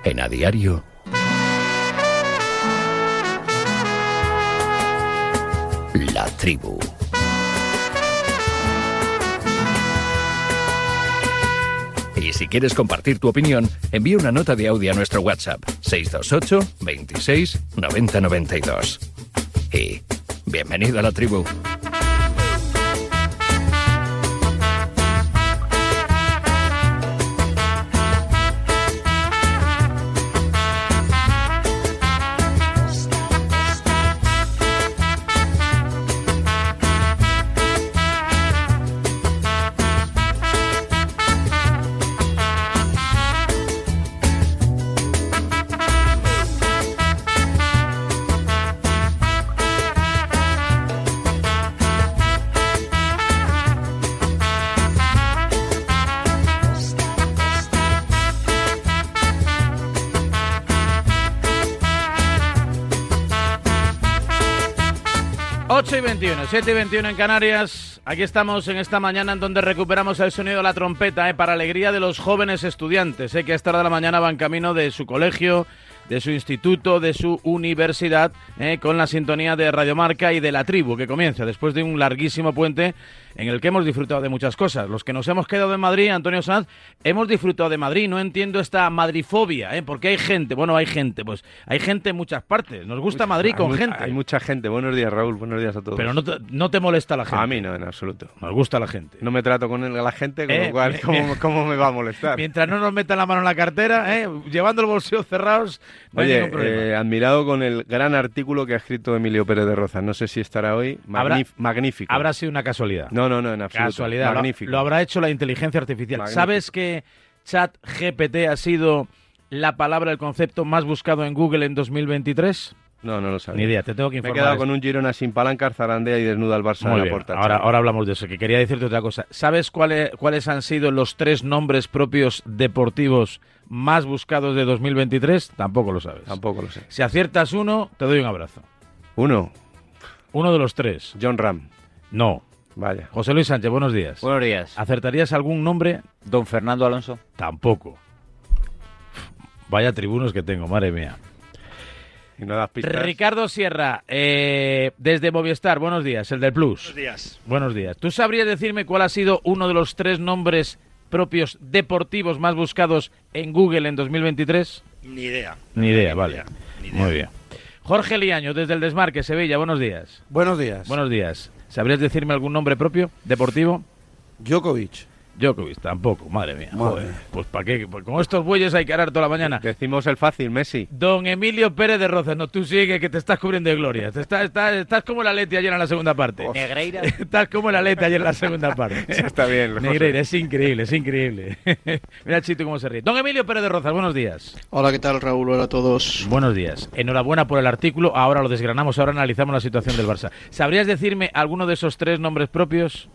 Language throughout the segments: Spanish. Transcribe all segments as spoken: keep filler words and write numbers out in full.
En A Diario, La Tribu. Y si quieres compartir tu opinión, envía una nota de audio a nuestro WhatsApp seis dos ocho, veintiséis, noventa noventa y dos. Y bienvenido a La Tribu. ocho y veintiuno, siete y veintiuno en Canarias. Aquí estamos en esta mañana en donde recuperamos el sonido de la trompeta, ¿eh? Para alegría de los jóvenes estudiantes, ¿eh? Que a esta hora de la mañana van camino de su colegio, de su instituto, de su universidad, ¿eh? Con la sintonía de Radio Marca y de La Tribu, que comienza después de un larguísimo puente en el que hemos disfrutado de muchas cosas. Los que nos hemos quedado en Madrid, Antonio Sanz, hemos disfrutado de Madrid. No entiendo esta madrifobia, ¿eh? Porque hay gente, bueno, hay gente, pues hay gente en muchas partes. Nos gusta Madrid con hay gente. Hay mucha gente. Buenos días, Raúl. Buenos días a todos. Pero no te, no te molesta la gente. A mí no, en absoluto. Nos gusta la gente. No me trato con la gente, con eh, lo cual, ¿cómo, ¿cómo me va a molestar? Mientras no nos metan la mano en la cartera, ¿eh? Llevando los bolsillos cerrados, no Oye, hay ningún problema. Eh, admirado con el gran artículo que ha escrito Emilio Pérez de Rozas. No sé si estará hoy. Magnif- ¿Habrá, magnífico. Habrá sido una casualidad. No, no, no, en absoluto. Casualidad. Magnífico. Lo, lo habrá hecho la inteligencia artificial. Magnífico. ¿Sabes que ChatGPT ha sido la palabra, el concepto más buscado en Google en dos mil veintitrés? No, no lo sabía. Ni idea, te tengo que Me he informar. quedado con un Girona sin palanca, zarandea y desnuda al Barça Muy en la bien. puerta. Ahora, ahora hablamos de eso, que quería decirte otra cosa. ¿Sabes cuáles, cuáles han sido los tres nombres propios deportivos más buscados de dos mil veintitrés? Tampoco lo sabes. Tampoco lo sé. Si aciertas uno, te doy un abrazo. Uno. Uno de los tres. John Ram. No. Vaya. José Luis Sánchez, buenos días. Buenos días. ¿Acertarías algún nombre? Don Fernando Alonso. Tampoco. Vaya tribunos que tengo, madre mía. Y no das pistas. Ricardo Sierra, eh, desde Movistar, buenos días, el del Plus. Buenos días. Buenos días. ¿Tú sabrías decirme cuál ha sido uno de los tres nombres propios deportivos más buscados en Google en dos mil veintitrés? Ni idea. Ni idea, Ni vale. idea, ni idea. Muy bien. Jorge Liaño, desde el Desmarque, Sevilla, buenos días. Buenos días. Buenos días. ¿Sabrías decirme algún nombre propio deportivo? Djokovic. Djokovic, tampoco, madre mía. Madre. Joder. Pues para qué, pues con estos bueyes hay que arar toda la mañana. Decimos el fácil, Messi. Don Emilio Pérez de Rozas, no, tú sigue que te estás cubriendo de gloria. Te estás, estás, estás como el Atleti ayer en la segunda parte. Negreira. Estás como el Atleti ayer en la segunda parte. Sí, está bien. José. Negreira, es increíble, es increíble. Mira el Chito cómo se ríe. Don Emilio Pérez de Rozas, buenos días. Hola, ¿qué tal, Raúl? Hola a todos. Buenos días. Enhorabuena por el artículo. Ahora lo desgranamos, ahora analizamos la situación del Barça. ¿Sabrías decirme alguno de esos tres nombres propios?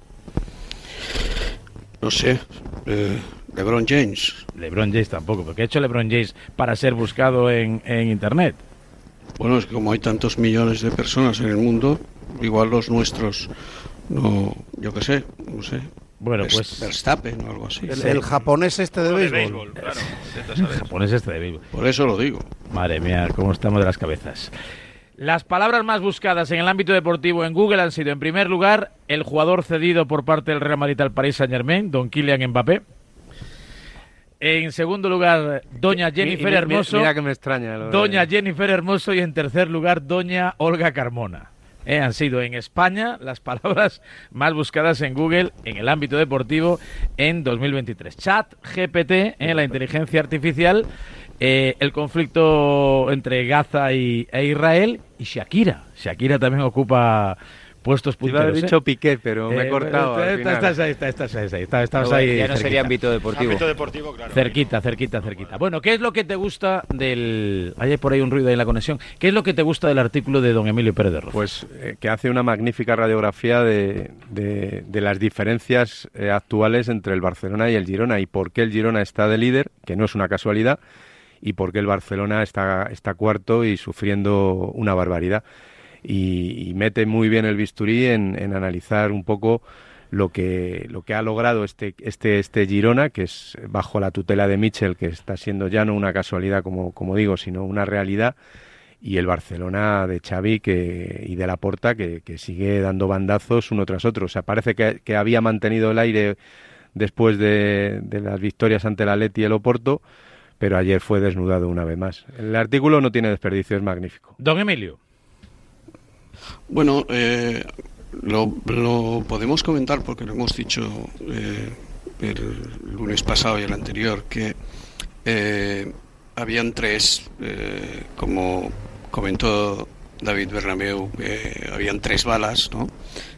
No sé, eh, LeBron James. LeBron James tampoco, porque ha hecho LeBron James para ser buscado en, en Internet. Bueno, es que como hay tantos millones de personas en el mundo, igual los nuestros, no, yo qué sé, no sé. Bueno, Vers- pues... Verstappen o algo así. El, el japonés este de No, de béisbol. béisbol, claro. Intenta saber. Pones este de béisbol. Por eso lo digo. Madre mía, cómo estamos de las cabezas. Las palabras más buscadas en el ámbito deportivo en Google han sido, en primer lugar, el jugador cedido por parte del Real Madrid al Paris Saint-Germain, don Kylian Mbappé. En segundo lugar, doña Jennifer Mi- mi- Hermoso. Mira que me extraña. Lo de- Doña Jennifer Hermoso y en tercer lugar, doña Olga Carmona. Eh, han sido en España las palabras más buscadas en Google en el ámbito deportivo en dos mil veintitrés. ChatGPT, eh, la inteligencia artificial, eh, el conflicto entre Gaza y, e Israel y Shakira. Shakira también ocupa puestos Te iba a punteros. haber ¿eh? dicho Piqué, pero me he Eh, cortado. al estás- final. Estás ahí, estás, estás ahí, estás, estás Pero ahí ya no sería cerquita. ámbito deportivo. Ámbito deportivo, claro. Cerquita, cerquita, cerquita. Bueno, ¿qué es lo que te gusta del... Hay por ahí un ruido ahí en la conexión. ¿Qué es lo que te gusta del artículo de don Emilio Pérez de Rozas? Pues eh, que hace una magnífica radiografía de, de, de las diferencias eh, actuales entre el Barcelona y el Girona y por qué el Girona está de líder, que no es una casualidad, y por qué el Barcelona está, está cuarto y sufriendo una barbaridad. Y, y mete muy bien el bisturí en, en analizar un poco lo que lo que ha logrado este este este Girona, que es bajo la tutela de Michel, que está siendo ya no una casualidad, como como digo, sino una realidad, y el Barcelona de Xavi que y de Laporta que, que sigue dando bandazos uno tras otro. O sea, parece que, que había mantenido el aire después de, de las victorias ante el Atleti y el Oporto, pero ayer fue desnudado una vez más. El artículo no tiene desperdicio, es magnífico. Don Emilio. Bueno, eh, lo, lo podemos comentar porque lo hemos dicho eh, el lunes pasado y el anterior, que eh, habían tres, eh, como comentó David Bernabéu, eh, habían tres balas, ¿no?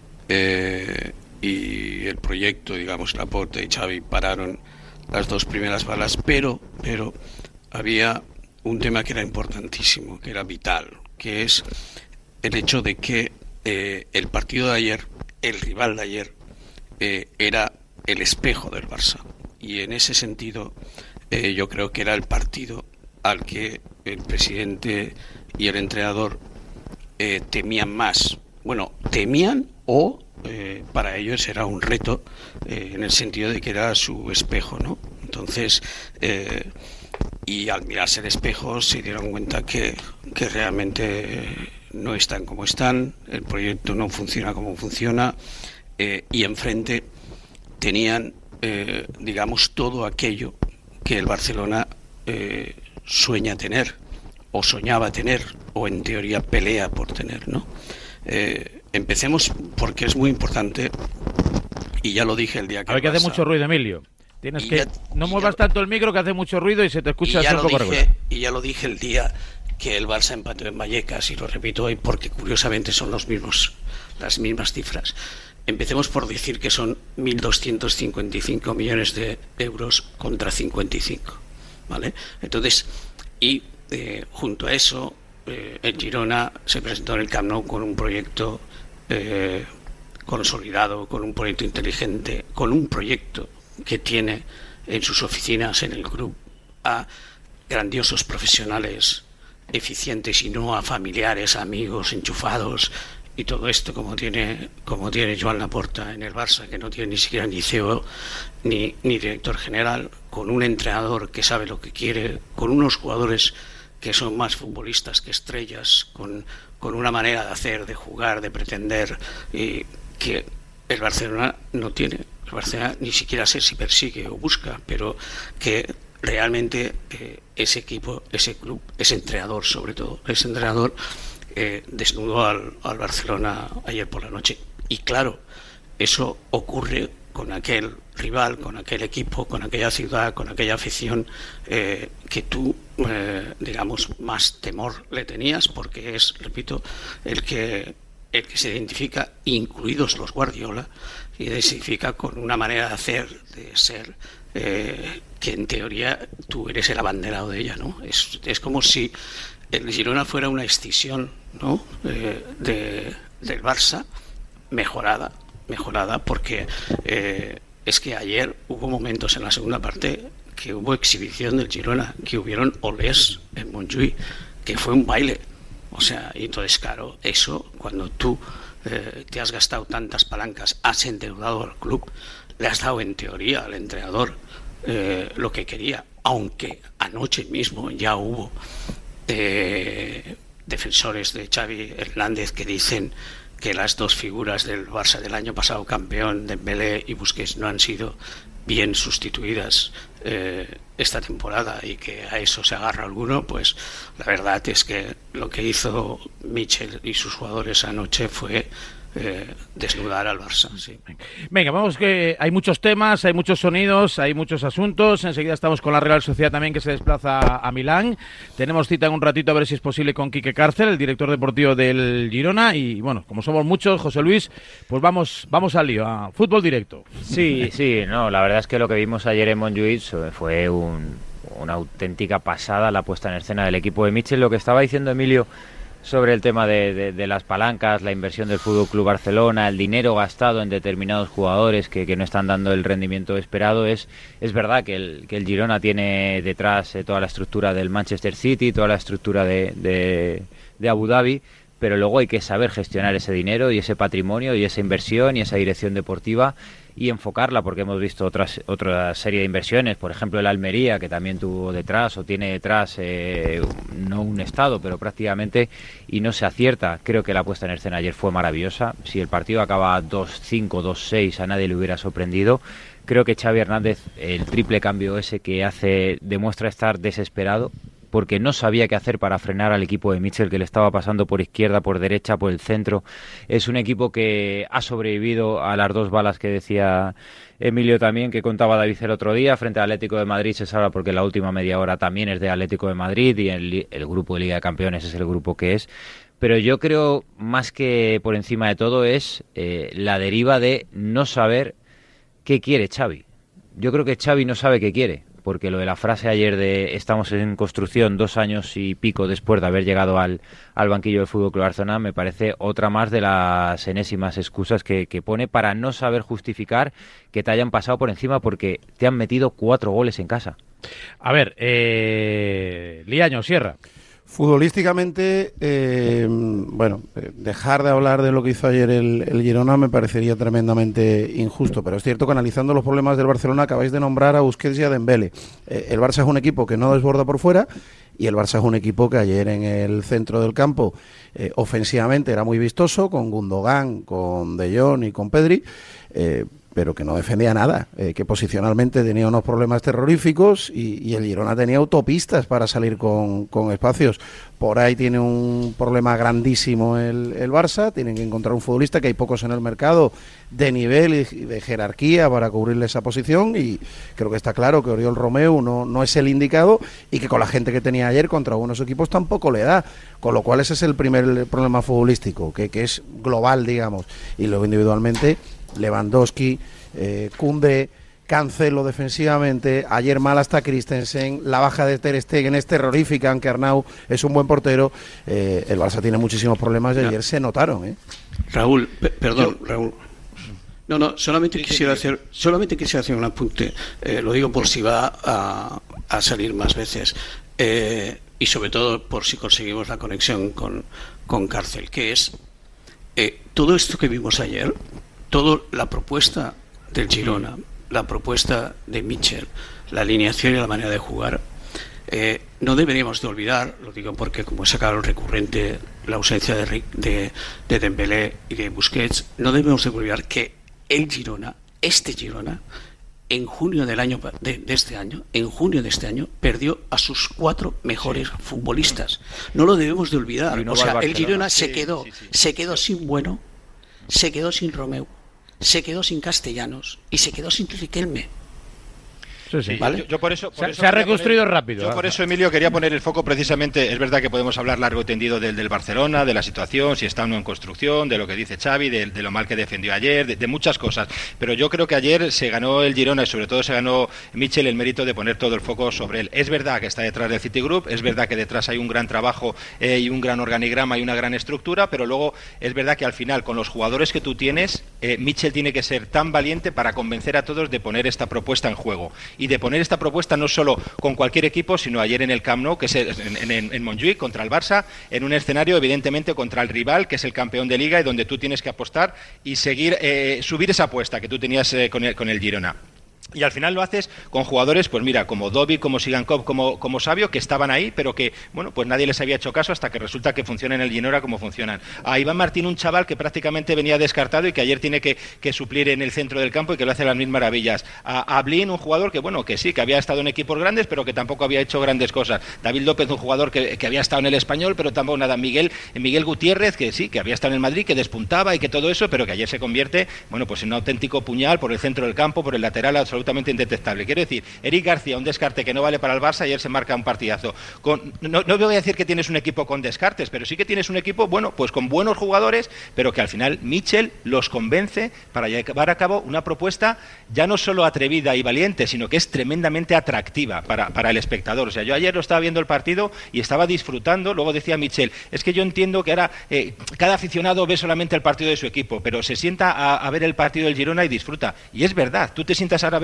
Eh, y el proyecto, digamos, Laporta y Xavi pararon las dos primeras balas, pero, pero había un tema que era importantísimo, que era vital, que es el hecho de que eh, el partido de ayer, el rival de ayer, eh, era el espejo del Barça. Y en ese sentido, eh, yo creo que era el partido al que el presidente y el entrenador eh, temían más. Bueno, temían o eh, para ellos era un reto eh, en el sentido de que era su espejo, ¿no? Entonces, eh, y al mirarse el espejo se dieron cuenta que, que realmente no están como están, el proyecto no funciona como funciona, eh, y enfrente tenían, eh, digamos, todo aquello que el Barcelona eh, sueña tener, o soñaba tener, o en teoría pelea por tener, ¿no? Eh, empecemos porque es muy importante, y ya lo dije el día que... A ver, que hace mucho ruido, Emilio. Tienes que... Ya, no muevas tanto el micro, que hace mucho ruido y se te escucha así un poco regular. Y ya lo dije el día que el Barça empató en Vallecas, y lo repito hoy porque curiosamente son los mismos, las mismas cifras. Empecemos por decir que son mil doscientos cincuenta y cinco millones de euros contra cincuenta y cinco, ¿vale? Entonces, y eh, junto a eso, eh, el Girona se presentó en el Camp Nou con un proyecto eh, consolidado, con un proyecto inteligente, con un proyecto que tiene en sus oficinas, en el club, a grandiosos profesionales eficientes y no a familiares, amigos, enchufados y todo esto como tiene como tiene Joan Laporta en el Barça, que no tiene ni siquiera ni C E O ni, ni director general, con un entrenador que sabe lo que quiere, con unos jugadores que son más futbolistas que estrellas, con, con una manera de hacer, de jugar, de pretender, y que el Barcelona no tiene. El Barcelona ni siquiera sé si persigue o busca, pero que realmente eh, ese equipo, ese club, ese entrenador sobre todo, ese entrenador eh, desnudó al, al Barcelona ayer por la noche. Y claro, eso ocurre con aquel rival, con aquel equipo, con aquella ciudad, con aquella afición eh, que tú, eh, digamos, más temor le tenías, porque es, repito, el que el que se identifica, incluidos los Guardiola, y identifica con una manera de hacer, de ser, eh, que en teoría tú eres el abanderado de ella, ¿no? Es, es como si el Girona fuera una escisión, ¿no? Eh, de, del Barça, mejorada, mejorada, porque eh, es que ayer hubo momentos en la segunda parte que hubo exhibición del Girona, que hubieron olés en Montjuïc, que fue un baile. O sea, y entonces, claro, eso, cuando tú eh, te has gastado tantas palancas, has endeudado al club, le has dado en teoría al entrenador eh, lo que quería, aunque anoche mismo ya hubo eh, defensores de Xavi Hernández que dicen que las dos figuras del Barça del año pasado, campeón, Dembélé y Busquets, no han sido bien sustituidas eh, esta temporada, y que a eso se agarra alguno. Pues la verdad es que lo que hizo Michel y sus jugadores anoche fue eh, desnudar al Barça. Sí. Venga, vamos, que hay muchos temas, hay muchos sonidos, hay muchos asuntos. Enseguida estamos con la Real Sociedad también, que se desplaza a Milán. Tenemos cita en un ratito a ver si es posible con Quique Cárcel, el director deportivo del Girona. Y bueno, como somos muchos, José Luis, pues vamos vamos al lío, a fútbol directo. Sí, sí, no, la verdad es que lo que vimos ayer en Montjuïc fue un, una auténtica pasada, la puesta en escena del equipo de Michel. Lo que estaba diciendo Emilio sobre el tema de, de, de las palancas, la inversión del Fútbol Club Barcelona, el dinero gastado en determinados jugadores que, que no están dando el rendimiento esperado, es es verdad que el, que el Girona tiene detrás eh, toda la estructura del Manchester City, toda la estructura de, de, de Abu Dhabi, pero luego hay que saber gestionar ese dinero y ese patrimonio y esa inversión y esa dirección deportiva y enfocarla, porque hemos visto otras otra serie de inversiones, por ejemplo el Almería, que también tuvo detrás o tiene detrás eh, no un estado, pero prácticamente, y no se acierta. Creo que la puesta en escena ayer fue maravillosa. Si el partido acaba dos cinco, dos seis, a nadie le hubiera sorprendido. Creo que Xavi Hernández, el triple cambio ese que hace, demuestra estar desesperado, porque no sabía qué hacer para frenar al equipo de Mitchell, que le estaba pasando por izquierda, por derecha, por el centro. Es un equipo que ha sobrevivido a las dos balas que decía Emilio también, que contaba David el otro día, frente al Atlético de Madrid. Se sabe porque la última media hora también es de Atlético de Madrid y el, el grupo de Liga de Campeones es el grupo que es. Pero yo creo, más que por encima de todo, es eh, la deriva de no saber qué quiere Xavi. Yo creo que Xavi no sabe qué quiere, porque lo de la frase ayer de estamos en construcción dos años y pico después de haber llegado al, al banquillo del Fútbol Club Barcelona me parece otra más de las enésimas excusas que, que pone para no saber justificar que te hayan pasado por encima porque te han metido cuatro goles en casa. A ver, eh, Liaño, Sierra. Futbolísticamente, eh, bueno, dejar de hablar de lo que hizo ayer el, el Girona me parecería tremendamente injusto, pero es cierto que analizando los problemas del Barcelona acabáis de nombrar a Busquets y a Dembélé. Eh, el Barça es un equipo que no desborda por fuera y el Barça es un equipo que ayer en el centro del campo eh, ofensivamente era muy vistoso, con Gundogan, con De Jong y con Pedri, eh, pero que no defendía nada, eh, que posicionalmente tenía unos problemas terroríficos y, y el Girona tenía autopistas para salir con, con espacios. Por ahí tiene un problema grandísimo el, el Barça, tienen que encontrar un futbolista, que hay pocos en el mercado de nivel y de jerarquía para cubrirle esa posición, y creo que está claro que Oriol Romeu no, no es el indicado y que con la gente que tenía ayer contra algunos equipos tampoco le da, con lo cual ese es el primer problema futbolístico, que, que es global, digamos, y luego individualmente Lewandowski, eh, Koundé, Cancelo defensivamente, ayer mal hasta Christensen, la baja de Ter Stegen es terrorífica, aunque Arnau es un buen portero. eh, el Barça tiene muchísimos problemas y ayer se notaron. ¿eh? Raúl, pe perdón, Yo... Raúl. No, no, solamente quisiera hacer, solamente quisiera hacer un apunte, eh, lo digo por si va a, a salir más veces, eh, y sobre todo por si conseguimos la conexión con, con Cárcel, que es eh, todo esto que vimos ayer. Toda la propuesta del Girona, la propuesta de Mitchell, la alineación y la manera de jugar, eh, no deberíamos de olvidar, lo digo porque como he sacado el recurrente, la ausencia de, Rick, de, de Dembélé y de Busquets, no debemos de olvidar que el Girona, este Girona, en junio del año de, de este año, en junio de este año, perdió a sus cuatro mejores sí. futbolistas. No lo debemos de olvidar. O sea, el Girona sí, se quedó, sí, sí. se quedó sin Bueno, se quedó sin Romeu, se quedó sin Castellanos y se quedó sin Riquelme. Sí, sí. ¿Vale? Yo, yo por eso, por se, eso se ha reconstruido poner, rápido. Yo ¿verdad? Por eso, Emilio, quería poner el foco precisamente. Es verdad que podemos hablar largo y tendido del, del Barcelona, de la situación, si está o no en construcción, de lo que dice Xavi, de, de lo mal que defendió ayer, de, de muchas cosas. Pero yo creo que ayer se ganó el Girona y sobre todo se ganó Mitchell el mérito de poner todo el foco sobre él. Es verdad que está detrás del Citigroup, es verdad que detrás hay un gran trabajo eh, y un gran organigrama y una gran estructura, pero luego es verdad que al final, con los jugadores que tú tienes, eh, Mitchell tiene que ser tan valiente para convencer a todos de poner esta propuesta en juego y de poner esta propuesta no solo con cualquier equipo, sino ayer en el Camp Nou, que es en, en, en Montjuïc, contra el Barça, en un escenario evidentemente contra el rival, que es el campeón de Liga y donde tú tienes que apostar y seguir, eh, subir esa apuesta que tú tenías eh, con, el, con el Girona. Y al final lo haces con jugadores, pues mira, como Dobi, como Sigankov, como, como Savio, que estaban ahí, pero que, bueno, pues nadie les había hecho caso hasta que resulta que funcionan en el Girona como funcionan. A Iván Martín, un chaval que prácticamente venía descartado y que ayer tiene que, que suplir en el centro del campo y que lo hace las mil maravillas. A, a Blin, un jugador que, bueno, que sí, que había estado en equipos grandes, pero que tampoco había hecho grandes cosas. David López, un jugador que, que había estado en el Español, pero tampoco nada. Miguel, Miguel Gutiérrez, que sí, que había estado en el Madrid, que despuntaba y que todo eso, pero que ayer se convierte, bueno, pues en un auténtico puñal por el centro del campo, por el lateral, absolutamente indetectable. Quiero decir, Eric García, un descarte que no vale para el Barça, ayer se marca un partidazo. Con, no, no voy a decir que tienes un equipo con descartes, pero sí que tienes un equipo, bueno, pues con buenos jugadores, pero que al final Mitchell los convence para llevar a cabo una propuesta ya no solo atrevida y valiente, sino que es tremendamente atractiva para, para el espectador. O sea, yo ayer lo estaba viendo el partido y estaba disfrutando, luego decía Mitchell, es que yo entiendo que ahora eh, cada aficionado ve solamente el partido de su equipo, pero se sienta a, a ver el partido del Girona y disfruta. Y es verdad, tú te sientas ahora a ver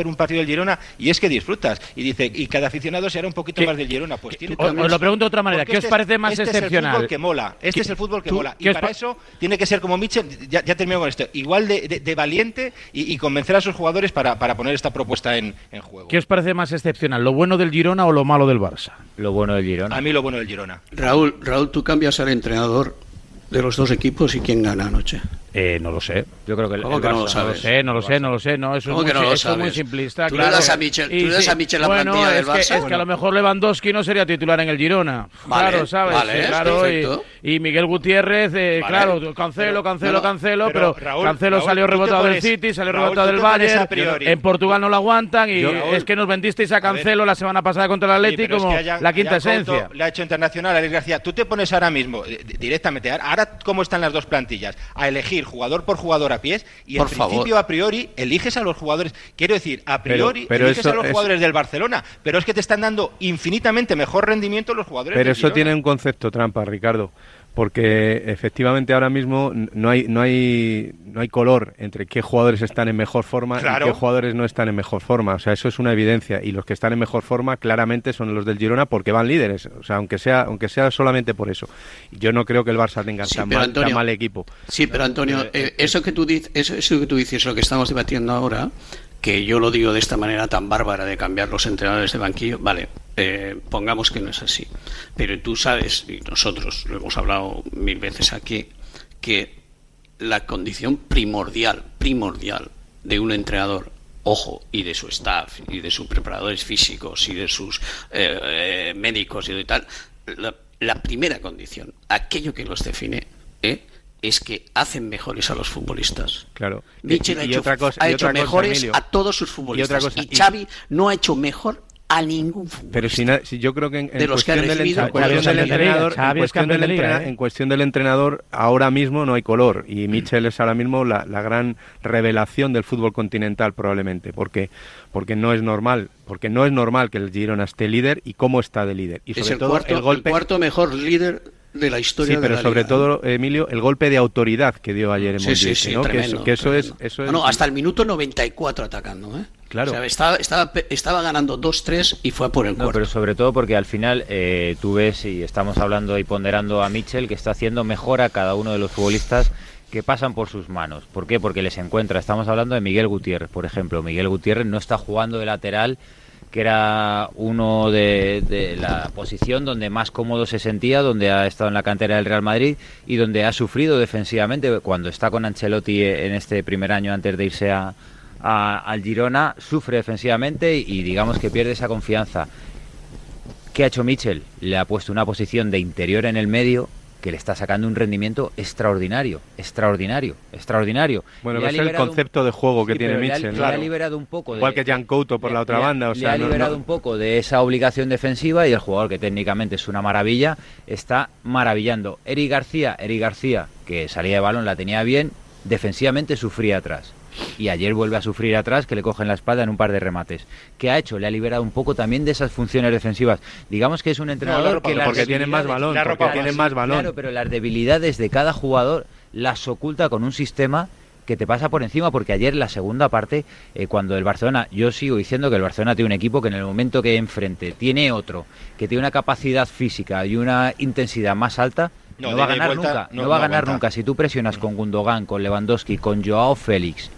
un partido del Girona y es que disfrutas. Y dice, y cada aficionado se hará un poquito más del Girona. Pues tiene os, os lo pregunto de otra manera, ¿qué os este parece es, más este excepcional? Es el fútbol que mola. Este es el fútbol que tú, mola. Y para eso tiene que ser como Mitchell, ya, ya termino con esto, igual de, de, de valiente y, y convencer a sus jugadores para, para poner esta propuesta en, en juego. ¿Qué os parece más excepcional, lo bueno del Girona o lo malo del Barça? Lo bueno del Girona. A mí lo bueno del Girona. Raúl, Raúl, tú cambias al entrenador de los dos equipos y quién gana anoche. Eh, no lo sé. Yo creo que el, ¿Cómo el que Barça, no lo sabes? No lo sé, no lo sé, no lo sé. No, eso ¿Cómo es, que muy, no lo eso es muy sabes? simplista. Tú claro. le das a Michel, Y tú le das sí, a Michel la bueno, plantilla del es Barça. Que, es que Bueno. a lo mejor Lewandowski no sería titular en el Girona. Vale, claro, ¿sabes? vale, Sí, claro, perfecto. y, y Miguel Gutiérrez, eh, Vale. claro, Cancelo, Cancelo, pero, Cancelo, pero, pero, Raúl, Cancelo Raúl, salió tú te rebotado pones- del City, salió Raúl, rebotado tú del te pones a Bayern. priori. En Portugal no lo aguantan y Yo, es que nos vendisteis a Cancelo ver. la semana pasada contra el Sí, Atleti pero es como que Jan- la quinta Jan Couto esencia. le ha hecho internacional a Alex García. Tú te pones ahora mismo, eh, directamente, ahora cómo están las dos plantillas, a elegir jugador por jugador a pies y Por en principio favor. a priori eliges a los jugadores. Quiero decir, a priori Pero- pero eliges eso a los es- jugadores del Barcelona, pero es que te están dando infinitamente mejor rendimiento los jugadores Pero del eso Girona. tiene un concepto trampa, Ricardo, porque efectivamente ahora mismo no hay no hay no hay color entre qué jugadores están en mejor forma Claro. y qué jugadores no están en mejor forma. O sea, eso es una evidencia y los que están en mejor forma claramente son los del Girona porque van líderes. O sea, aunque sea aunque sea solamente por eso. Yo no creo que el Barça tenga Sí, tan, pero mal, Antonio- tan mal equipo. Sí, pero Antonio, eh, eso que tú dices, eso, eso que tú dices, lo que estamos debatiendo ahora, que yo lo digo de esta manera tan bárbara de cambiar los entrenadores de banquillo, vale, eh, pongamos que no es así. Pero tú sabes, y nosotros lo hemos hablado mil veces aquí, que la condición primordial, primordial de un entrenador, ojo, y de su staff, y de sus preparadores físicos, y de sus eh, eh, médicos y de tal, la, la primera condición, aquello que los define, ¿eh? es que hacen mejores a los futbolistas. Claro. Michel Y- ha y hecho, otra cosa- ha y hecho otra cosa, mejores Emilio. a todos sus futbolistas. Y otra cosa, y y- Xavi no ha hecho mejor a ningún futbolista. Pero si, na- si yo creo que en, en De los que ha cuestión del, recibido, en cuestión Xavi es del campeón de liga, entrenador, en Xavi es cuestión campeón del de liga, entrena- ¿eh? en cuestión del entrenador ahora mismo no hay color y Michel es ahora mismo la, la gran revelación del fútbol continental probablemente porque porque no es normal porque no es normal que el Girona esté líder y cómo está de líder y es sobre el todo cuarto, el golpe el cuarto mejor líder de la historia sí de pero la sobre liga. todo Emilio el golpe de autoridad que dio ayer en Sí, sí, Montjuic, sí, ¿no? que tremendo, eso, que eso es tremendo. eso es No, no, hasta el minuto noventa y cuatro atacando, ¿eh? Claro. O sea, estaba, estaba, estaba ganando dos tres y fue a por el No, cuarto. pero sobre todo porque al final eh, tú ves y estamos hablando y ponderando a Michel que está haciendo mejor a cada uno de los futbolistas que pasan por sus manos. ¿Por qué? Porque les encuentra. Estamos hablando de Miguel Gutiérrez, por ejemplo. Miguel Gutiérrez no está jugando de lateral, que era uno de, de la posición donde más cómodo se sentía, donde ha estado en la cantera del Real Madrid y donde ha sufrido defensivamente. Cuando está con Ancelotti en este primer año antes de irse a, a, al Girona, sufre defensivamente y, y digamos que pierde esa confianza. ¿Qué ha hecho Michel? Le ha puesto una posición de interior en el medio que le está sacando un rendimiento extraordinario, extraordinario, extraordinario. bueno Le ha es el liberado un- concepto de juego que Sí, tiene pero le ha- Michel le ¿no? ha liberado un poco de, igual que Jan Couto por le- la otra le ha- banda o le sea ha no- liberado no- un poco de esa obligación defensiva y el jugador que técnicamente es una maravilla está maravillando. Eric García, Eric García que salía de balón la tenía bien, defensivamente sufría atrás. Y ayer vuelve a sufrir atrás, que le cogen la espalda en un par de remates. ¿Qué ha hecho? Le ha liberado un poco también de esas funciones defensivas. Digamos que es un entrenador ropa- que las porque tiene más debilidades- balón la porque ropa- tiene sí, más balón Claro, pero las debilidades de cada jugador las oculta con un sistema que te pasa por encima, porque ayer la segunda parte, eh, cuando el Barcelona, yo sigo diciendo que el Barcelona tiene un equipo que en el momento que enfrente tiene otro, que tiene una capacidad física y una intensidad más alta, No, no, de va a ida y ganar vuelta, nunca, no- no, va a no ganar aguanta. nunca. Si tú presionas con Gundogan, con Lewandowski, con Joao Félix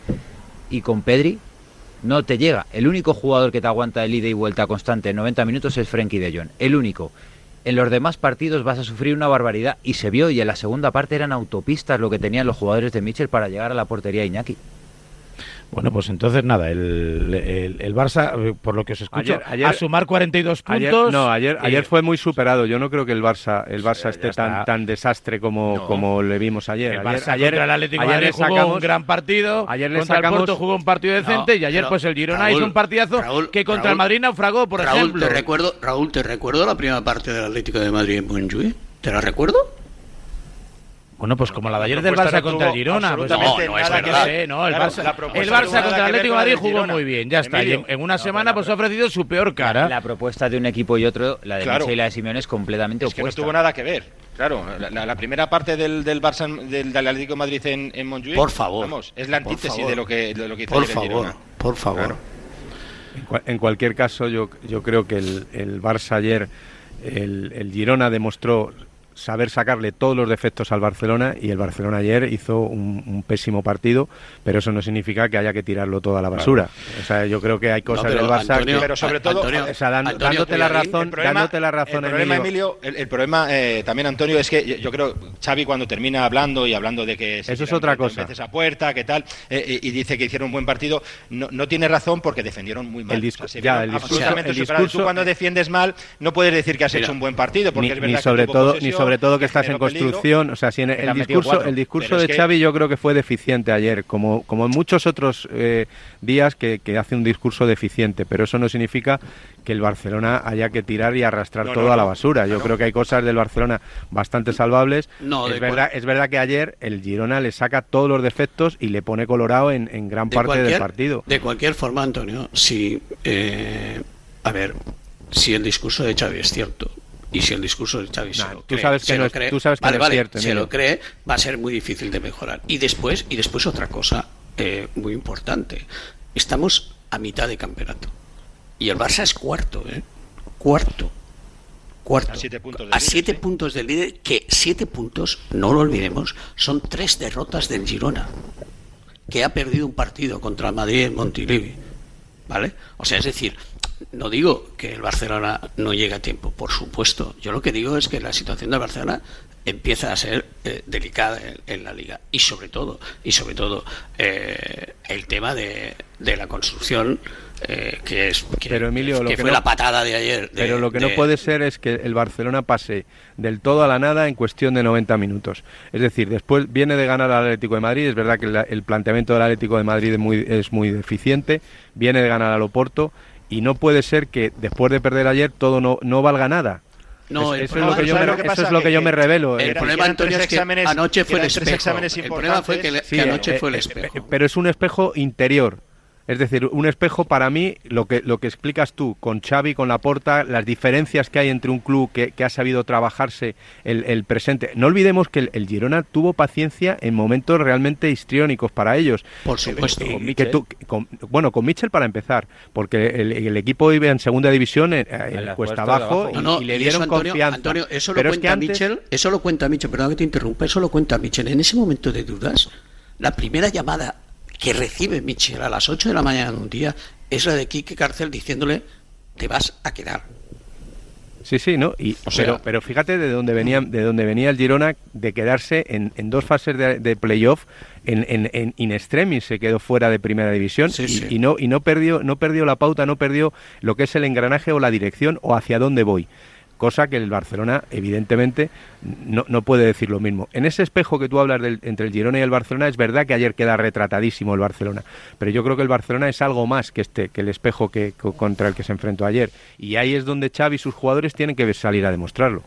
y con Pedri, no te llega. El único jugador que te aguanta el ida y vuelta constante en noventa minutos es Frenkie de Jong. El único. En los demás partidos vas a sufrir una barbaridad y se vio, y en la segunda parte eran autopistas lo que tenían los jugadores de Michel para llegar a la portería de Iñaki. Bueno, pues entonces nada, el, el, el Barça, eh, por lo que os escucho, Ayer- ayer- a sumar cuarenta y dos puntos. Ayer, no, ayer, eh, ayer fue muy superado. Yo no creo que el Barça, el Barça ya esté está. tan, tan desastre como, No. como le vimos ayer. El ayer, Barça ayer, contra el Atlético de ayer Madrid le jugó sacamos- un gran partido, ayer le contra sacamos- el Porto jugó un partido decente No, y ayer pero, pues el Girona Raúl, hizo un partidazo Raúl, que contra Raúl, el Madrid naufragó, por Raúl, ejemplo. te recuerdo, Raúl, te recuerdo la primera parte del Atlético de Madrid en Montjuic. ¿Te la recuerdo? Bueno, pues como la de ayer La del propuesta Barça no contra el tuvo Girona. Pues, absolutamente No, no es nada que verdad. ver. Sí, no, el Claro, Barça, la propuesta el no Barça tuvo nada contra el que ver Atlético de con la Madrid del jugó Girona. muy bien, ya está. Y en, Emilio. en una No, semana pero pues la ha ofrecido su peor cara. La propuesta de un equipo y otro, la de Claro. Michel y la de Simeone, es completamente Es que no opuesta. tuvo nada que ver. Claro, la, la- la primera parte del, del Barça en- del, del Atlético de Madrid en, en Montjuic, Por favor. vamos, es la Por antítesis favor. de lo que de lo que hizo Por ayer el favor, Girona. por favor. Claro. cua- en cualquier caso, yo, yo creo que el, el Barça ayer, el, el Girona demostró saber sacarle todos los defectos al Barcelona, y el Barcelona ayer hizo un, un pésimo partido, pero eso no significa que haya que tirarlo todo a la basura. Claro. O sea, yo creo que hay cosas no, del Barça Antonio, que, pero sobre todo, Antonio, o sea, dan, Antonio, dándote la razón, problema, dándote la razón, el problema, Emilio, Emilio el, el problema eh, también, Antonio, es que yo, yo creo Xavi cuando termina hablando y hablando de que eso es otra cosa, veces a puerta, que tal, eh, y, y dice que hicieron un buen partido, no, no tiene razón porque defendieron muy mal. El discu- o sea, ya, el absolutamente discurso, el discurso, tú cuando defiendes mal no puedes decir que has mira, hecho un buen partido, porque ni, es verdad ni sobre que todo, posesión, ni sobre todo que estás en construcción, o sea, si en el, el discurso, el discurso de Xavi yo creo que fue deficiente ayer, como, como en muchos otros eh, días que, que hace un discurso deficiente, pero eso no significa que el Barcelona haya que tirar y arrastrar no, todo no, a la basura. Yo no. creo que hay cosas del Barcelona bastante salvables. No, es verdad, cual... es verdad que ayer el Girona le saca todos los defectos y le pone colorado en, en gran de parte cualquier, del partido. De cualquier forma, Antonio, si eh, a ver, si el discurso de Xavi es cierto, y si el discurso de Xavi se nah, lo cree, tú sabes que no es, cree, tú sabes que vale, no es vale, cierto, se lo cree, va a ser muy difícil de mejorar. Y después, y después otra cosa eh, muy importante. Estamos a mitad de campeonato. Y el Barça es cuarto, ¿eh? Cuarto. Cuarto. A siete puntos del a líder, siete sí. puntos del líder, que siete puntos, no lo olvidemos, son tres derrotas del Girona, que ha perdido un partido contra el Madrid en Montilivi. ¿Vale? O sea, es decir, no digo que el Barcelona no llegue a tiempo, por supuesto. Yo lo que digo es que la situación del Barcelona empieza a ser eh, delicada en, en la Liga. Y sobre todo, y sobre todo eh, el tema de, de la construcción, eh, que es que, pero Emilio, que, lo que que fue no, la patada de ayer. De, pero lo que de, no puede ser es que el Barcelona pase del todo a la nada en cuestión de noventa minutos. Es decir, después viene de ganar al Atlético de Madrid. Es verdad que la, el planteamiento del Atlético de Madrid es muy, es muy deficiente. Viene de ganar al Oporto. Y no puede ser que después de perder ayer todo no, no valga nada. No, es, el eso, problema, es lo que yo me, lo que eso es lo que, que yo me revelo. El, el problema, Antonio, es que anoche fue el espejo. El problema fue que, sí, que anoche eh, fue el eh, espejo. Pero es un espejo interior. Es decir, un espejo para mí, lo que lo que explicas tú con Xavi, con Laporta, las diferencias que hay entre un club que, que ha sabido trabajarse el, el presente. No olvidemos que el, el Girona tuvo paciencia en momentos realmente histriónicos para ellos. Por supuesto. Eh, con que tú, con, bueno, con Mitchell para empezar, porque el, el equipo iba en segunda división, en, en cuesta abajo, y, no, no, y le y dieron eso, Antonio, confianza. Antonio, eso lo pero cuenta es que antes... Mitchell, eso lo cuenta Mitchell, perdón que te interrumpa, eso lo cuenta Mitchell. En ese momento de dudas, la primera llamada que recibe Mitchell a las ocho de la mañana de un día es la de Quique Cárcel diciéndole: te vas a quedar. Sí, sí, ¿no? Y, o sea, pero, pero fíjate de dónde venía, de dónde venía el Girona, de quedarse en, en dos fases de, de playoff, en, en, en in extremis se quedó fuera de primera división, sí, y, sí. y no y no perdió no perdió la pauta, no perdió lo que es el engranaje o la dirección o hacia dónde voy. Cosa que el Barcelona, evidentemente, no, no puede decir lo mismo. En ese espejo que tú hablas del, entre el Girona y el Barcelona, es verdad que ayer queda retratadísimo el Barcelona, pero yo creo que el Barcelona es algo más que este que el espejo que, contra el que se enfrentó ayer. Y ahí es donde Xavi y sus jugadores tienen que salir a demostrarlo.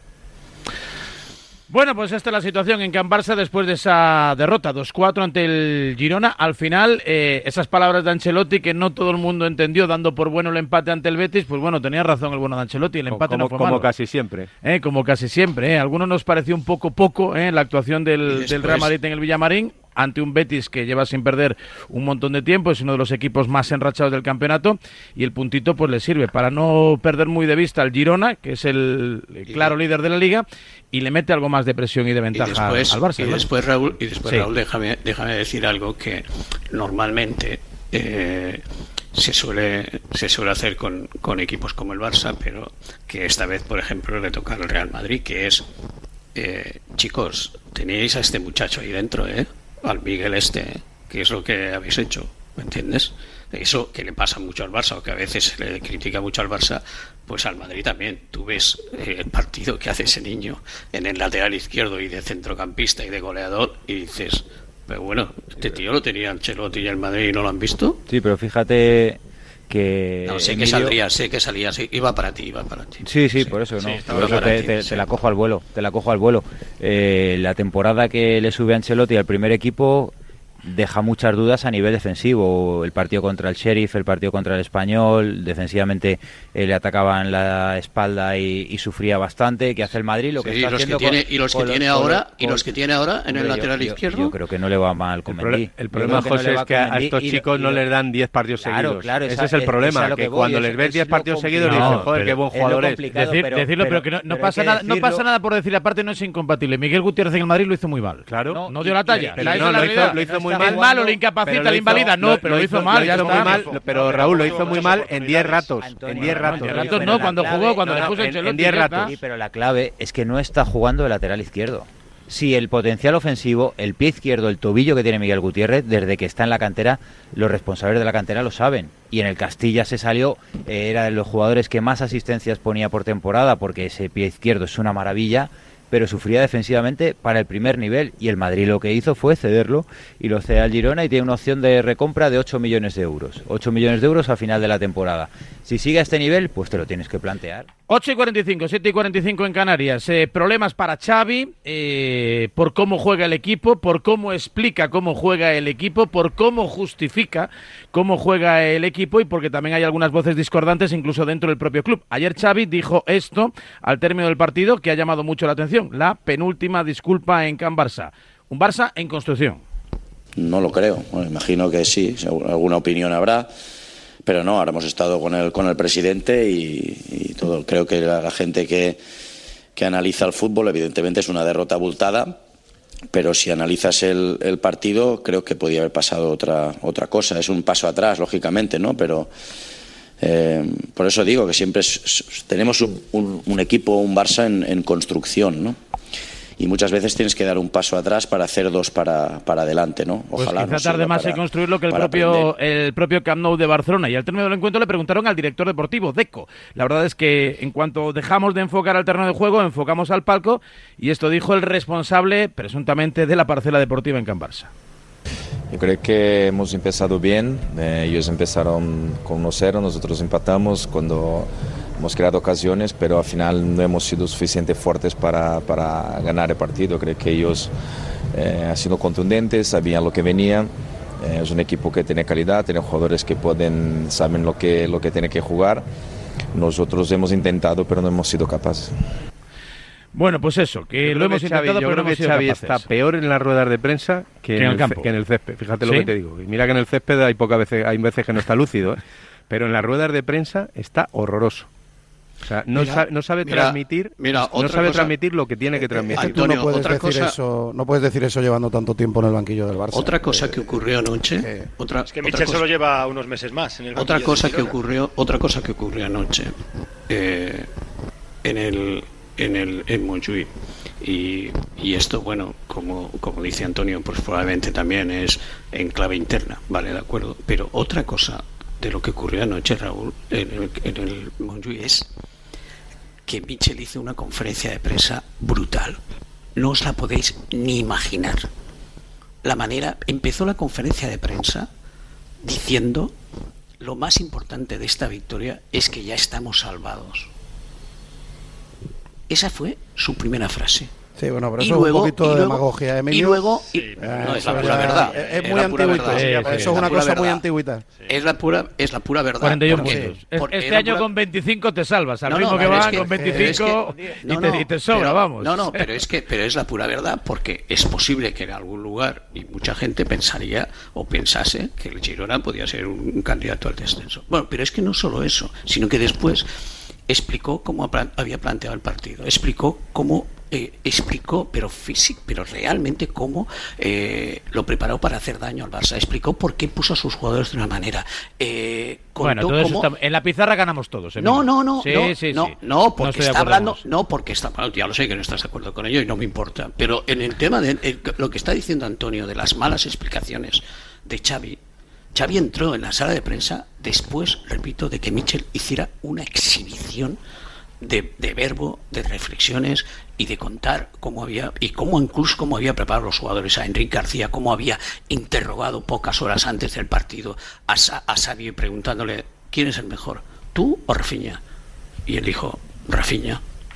Bueno, pues esta es la situación en Can Barça después de esa derrota dos cuatro ante el Girona. Al final, eh, esas palabras de Ancelotti que no todo el mundo entendió, dando por bueno el empate ante el Betis, pues bueno, tenía razón el bueno de Ancelotti, el empate como, no fue como malo. casi siempre. Eh, como casi siempre. Eh. A algunos nos pareció un poco poco eh, la actuación del, después... del Real Madrid en el Villamarín, ante un Betis que lleva sin perder un montón de tiempo, es uno de los equipos más enrachados del campeonato, y el puntito pues le sirve para no perder muy de vista al Girona, que es el, el claro líder de la Liga, y le mete algo más de presión y de ventaja y después, al Barça. Y ¿no? después, Raúl, y después, sí. Raúl déjame, déjame decir algo que normalmente eh, se suele se suele hacer con, con equipos como el Barça, pero que esta vez, por ejemplo, le toca al Real Madrid, que es eh, chicos, teníais a este muchacho ahí dentro, ¿eh? Al Miguel este, que es lo que habéis hecho, ¿me entiendes? Eso que le pasa mucho al Barça, o que a veces se le critica mucho al Barça, pues al Madrid también. Tú ves eh, el partido que hace ese niño en el lateral izquierdo y de centrocampista y de goleador, y dices, pero bueno, este tío lo tenía Ancelotti y el Madrid y no lo han visto. Sí, pero fíjate que... No, sé Emilio... que saldría, sé que salía, sí, iba para ti, iba para ti. Sí, sí, sí, por eso, ¿no? Sí, por eso te, ti, te, sí. te la cojo al vuelo, te la cojo al vuelo. Eh, la temporada que le sube a Ancelotti al primer equipo, deja muchas dudas a nivel defensivo. El partido contra el Sheriff, el partido contra el Español, defensivamente eh, le atacaban la espalda y, y sufría bastante. ¿Qué hace el Madrid? Lo que sí, está y los haciendo que tiene, con, y los que con tiene los, ahora con, y los que tiene ahora en el yo, lateral yo, izquierdo. Yo creo que no le va mal con el, Mendy. el problema, José, no es que a estos chicos no les dan diez partidos claro, seguidos. Claro, ese esa, es el problema, es que, que voy, cuando es, les ves diez partidos seguidos no, dicen, joder, qué buen jugador es. Decir, pero, decirlo, pero, pero que no, no pasa nada, no pasa nada por decir, aparte no es incompatible. Miguel Gutiérrez en el Madrid lo hizo muy mal. Claro. No, no dio la talla. Pero la no, la lo, hizo, lo hizo muy mal. Es malo, le incapacita, le invalida. No, pero lo hizo mal, ya está. Mal, pero Raúl lo hizo muy mal en diez ratos. En diez ratos. En ratos no, cuando jugó, cuando le puso en diez ratos. Sí, pero la clave es que no está jugando de lateral izquierdo. Si el potencial ofensivo, el pie izquierdo, el tobillo que tiene Miguel Gutiérrez, desde que está en la cantera, los responsables de la cantera lo saben. Y en el Castilla se salió, eh, era de los jugadores que más asistencias ponía por temporada, porque ese pie izquierdo es una maravilla, pero sufría defensivamente para el primer nivel, y el Madrid lo que hizo fue cederlo, y lo cede al Girona y tiene una opción de recompra de ocho millones de euros. ocho millones de euros a final de la temporada. Si sigue a este nivel, pues te lo tienes que plantear. ocho y cuarenta y cinco, siete y cuarenta y cinco en Canarias. Eh, problemas para Xavi, eh, por cómo juega el equipo, por cómo explica cómo juega el equipo, por cómo justifica cómo juega el equipo, y porque también hay algunas voces discordantes incluso dentro del propio club. Ayer Xavi dijo esto al término del partido que ha llamado mucho la atención: la penúltima disculpa en Can Barça. Un Barça en construcción. No lo creo. Bueno, imagino que sí, alguna opinión habrá. Pero no, ahora hemos estado con el, con el presidente y, y todo. Creo que la, la gente que, que analiza el fútbol, evidentemente es una derrota abultada, pero si analizas el, el partido, creo que podía haber pasado otra, otra cosa. Es un paso atrás, lógicamente, ¿no? Pero eh, por eso digo que siempre es, es, tenemos un, un, un equipo, un Barça en, en construcción, ¿no? Y muchas veces tienes que dar un paso atrás para hacer dos para, para adelante, ¿no? Ojalá. Pues quizá tarde más en construirlo que el propio, el propio Camp Nou de Barcelona. Y al término del encuentro le preguntaron al director deportivo, Deco. La verdad es que en cuanto dejamos de enfocar al terreno de juego, enfocamos al palco, y esto dijo el responsable, presuntamente, de la parcela deportiva en Can Barça. Yo creo que hemos empezado bien, eh, ellos empezaron con uno cero, nosotros empatamos cuando hemos creado ocasiones, pero al final no hemos sido suficientemente fuertes para, para ganar el partido. Creo que ellos eh, han sido contundentes, sabían lo que venía, eh, es un equipo que tiene calidad, tiene jugadores que pueden, saben lo que, lo que tienen que jugar. Nosotros hemos intentado, pero no hemos sido capaces. Bueno, pues eso, que lo hemos que intentado, Xavi, pero yo no creo hemos que sido Xavi capaces. está peor en las ruedas de prensa que, que, en, en el campo. que en el césped. Fíjate ¿Sí? lo que te digo. Y mira que en el césped hay pocas veces, hay veces que no está lúcido, ¿eh? Pero en las ruedas de prensa está horroroso. O sea, no, mira, sabe, no sabe mira, transmitir, mira, no sabe cosa, transmitir lo que tiene que transmitir. Es que tú Antonio, no puedes otra decir cosa, eso, no puedes decir eso llevando tanto tiempo en el banquillo del Barça. Otra cosa que ocurrió anoche, eh, otra, es que otra Michel cosa, solo lleva unos meses más en el otra banquillo cosa de que Girona. ocurrió, otra cosa que ocurrió anoche eh, en el en el en Montjuïc. Y, y esto, bueno, como, como dice Antonio, pues probablemente también es en clave interna, vale, de acuerdo. Pero otra cosa de lo que ocurrió anoche, Raúl, en el, en el Montjuïc, es que Michel hizo una conferencia de prensa brutal. No os la podéis ni imaginar. La manera, empezó la conferencia de prensa diciendo: lo más importante de esta victoria es que ya estamos salvados. Esa fue su primera frase. Sí, bueno, pero Y eso luego- es un poquito y de luego- demagogia, Emilio. Y luego, y- Sí, no, es Eso la pura ya- verdad. Es, es es muy la pura antiguita. verdad. Sí, sí, Eso es la una pura cosa muy verdad. antiguita. Es la pura, es la pura verdad. cuarenta y uno porque- puntos. Es- porque Este era año pura- con veinticinco te salvas. Al No, no, ritmo que pero va, es que- con pero es veinticinco que- y, no, te, no, y te sobra, pero- vamos. No, no, pero es que pero es la pura verdad, porque es posible que en algún lugar, y mucha gente pensaría o pensase, que el Girona podía ser un candidato al descenso. Bueno, pero es que no solo eso, sino que después explicó cómo había planteado el partido, explicó cómo Eh, explicó, pero físico, pero realmente cómo eh, lo preparó para hacer daño al Barça. Explicó por qué puso a sus jugadores de una manera. Eh, Bueno, contó todo eso cómo... está- en la pizarra ganamos todos. No, Emilio. no, no, Sí, no, sí, no, sí. no, porque estoy de está acuerdo hablando, con eso. no, porque está, bueno, ya lo sé que no estás de acuerdo con ello y no me importa, pero en el tema de el- lo que está diciendo Antonio de las malas explicaciones de Xavi, Xavi entró en la sala de prensa después, repito, de que Michel hiciera una exhibición de, de verbo, de reflexiones y de contar cómo había, y cómo incluso cómo había preparado los jugadores a Enrique García, cómo había interrogado pocas horas antes del partido a, Sa- a Xavi preguntándole: ¿quién es el mejor, tú o Rafinha? Y él dijo: Rafinha.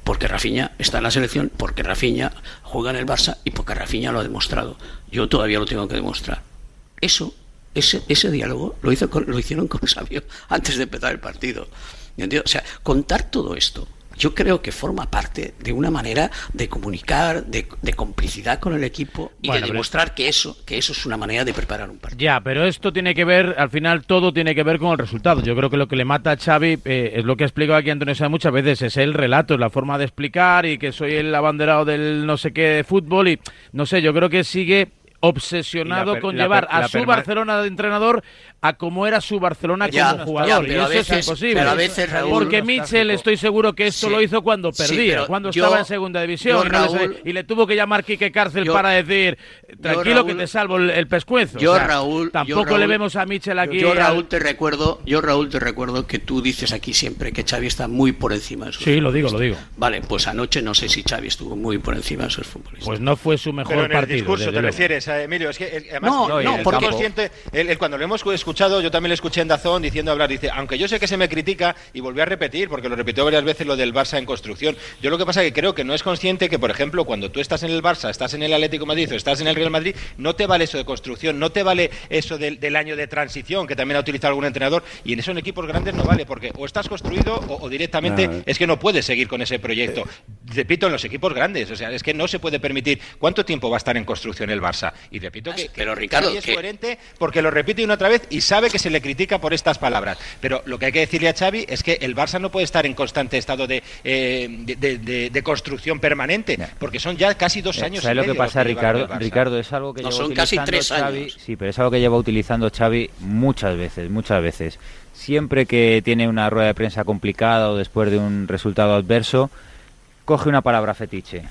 porque Rafinha está en la selección, porque Rafinha juega en el Barça y porque Rafinha lo ha demostrado. Yo todavía lo tengo que demostrar. Eso, ese, ese diálogo lo, hizo con, lo hicieron con Sabio antes de empezar el partido. ¿Entiendes? O sea, contar todo esto, yo creo que forma parte de una manera de comunicar, de, de complicidad con el equipo y bueno, de demostrar pero... que eso que eso es una manera de preparar un partido. Ya, pero esto tiene que ver, al final todo tiene que ver con el resultado. Yo creo que lo que le mata a Xavi eh, es lo que ha explicado aquí Antonio Sáenz muchas veces, es el relato, es la forma de explicar y que soy el abanderado del no sé qué de fútbol y no sé, yo creo que sigue obsesionado per, con llevar per, a su Barcelona de entrenador a como era su Barcelona ya, como jugador, ya, y eso veces, es imposible. Pero a veces, Raúl, porque Mitchell, estoy seguro que esto sí, lo hizo cuando perdía, sí, cuando yo, estaba en segunda división, yo, y, no Raúl, le, y le tuvo que llamar Quique Cárcel yo, para decir, tranquilo yo, Raúl, que te salvo el, el pescuezo. Yo, o sea, Raúl, tampoco yo, Raúl, le vemos a Mitchell aquí. Yo, Raúl, te recuerdo, yo, Raúl, te recuerdo que tú dices aquí siempre que Xavi está muy por encima de sus Sí, lo digo, lo digo. Vale, pues anoche no sé si Xavi estuvo muy por encima de sus futbolistas. Pues no fue su mejor Pero en partido. el discurso te refieres, a Emilio, es que además, no, no, no porque consciente, él, él, cuando lo hemos escuchado, yo también le escuché en Dazón diciendo hablar, dice, aunque yo sé que se me critica, y volvió a repetir, porque lo repitió varias veces lo del Barça en construcción, yo lo que pasa es que creo que no es consciente que, por ejemplo, cuando tú estás en el Barça, estás en el Atlético de Madrid o estás en el Real Madrid, no te vale eso de construcción, no te vale eso del, del año de transición, que también ha utilizado algún entrenador, y en eso en equipos grandes no vale, porque o estás construido o, o directamente no. es que no puedes seguir con ese proyecto. Repito, en los equipos grandes, o sea, es que no se puede permitir. ¿Cuánto tiempo va a estar en construcción el Barça? Y repito que, pero que Ricardo, es que... coherente porque lo repite una otra vez y sabe que se le critica por estas palabras. Pero lo que hay que decirle a Xavi es que el Barça no puede estar en constante estado de, eh, de, de, de, de construcción permanente, porque son ya casi dos años. ¿Sabes y lo medio que pasa, que Ricardo? Ricardo, es algo que no, lleva son casi tres Xavi, años. Sí, pero es algo que lleva utilizando Xavi muchas veces, muchas veces. Siempre que tiene una rueda de prensa complicada o después de un resultado adverso, coge una palabra fetiche.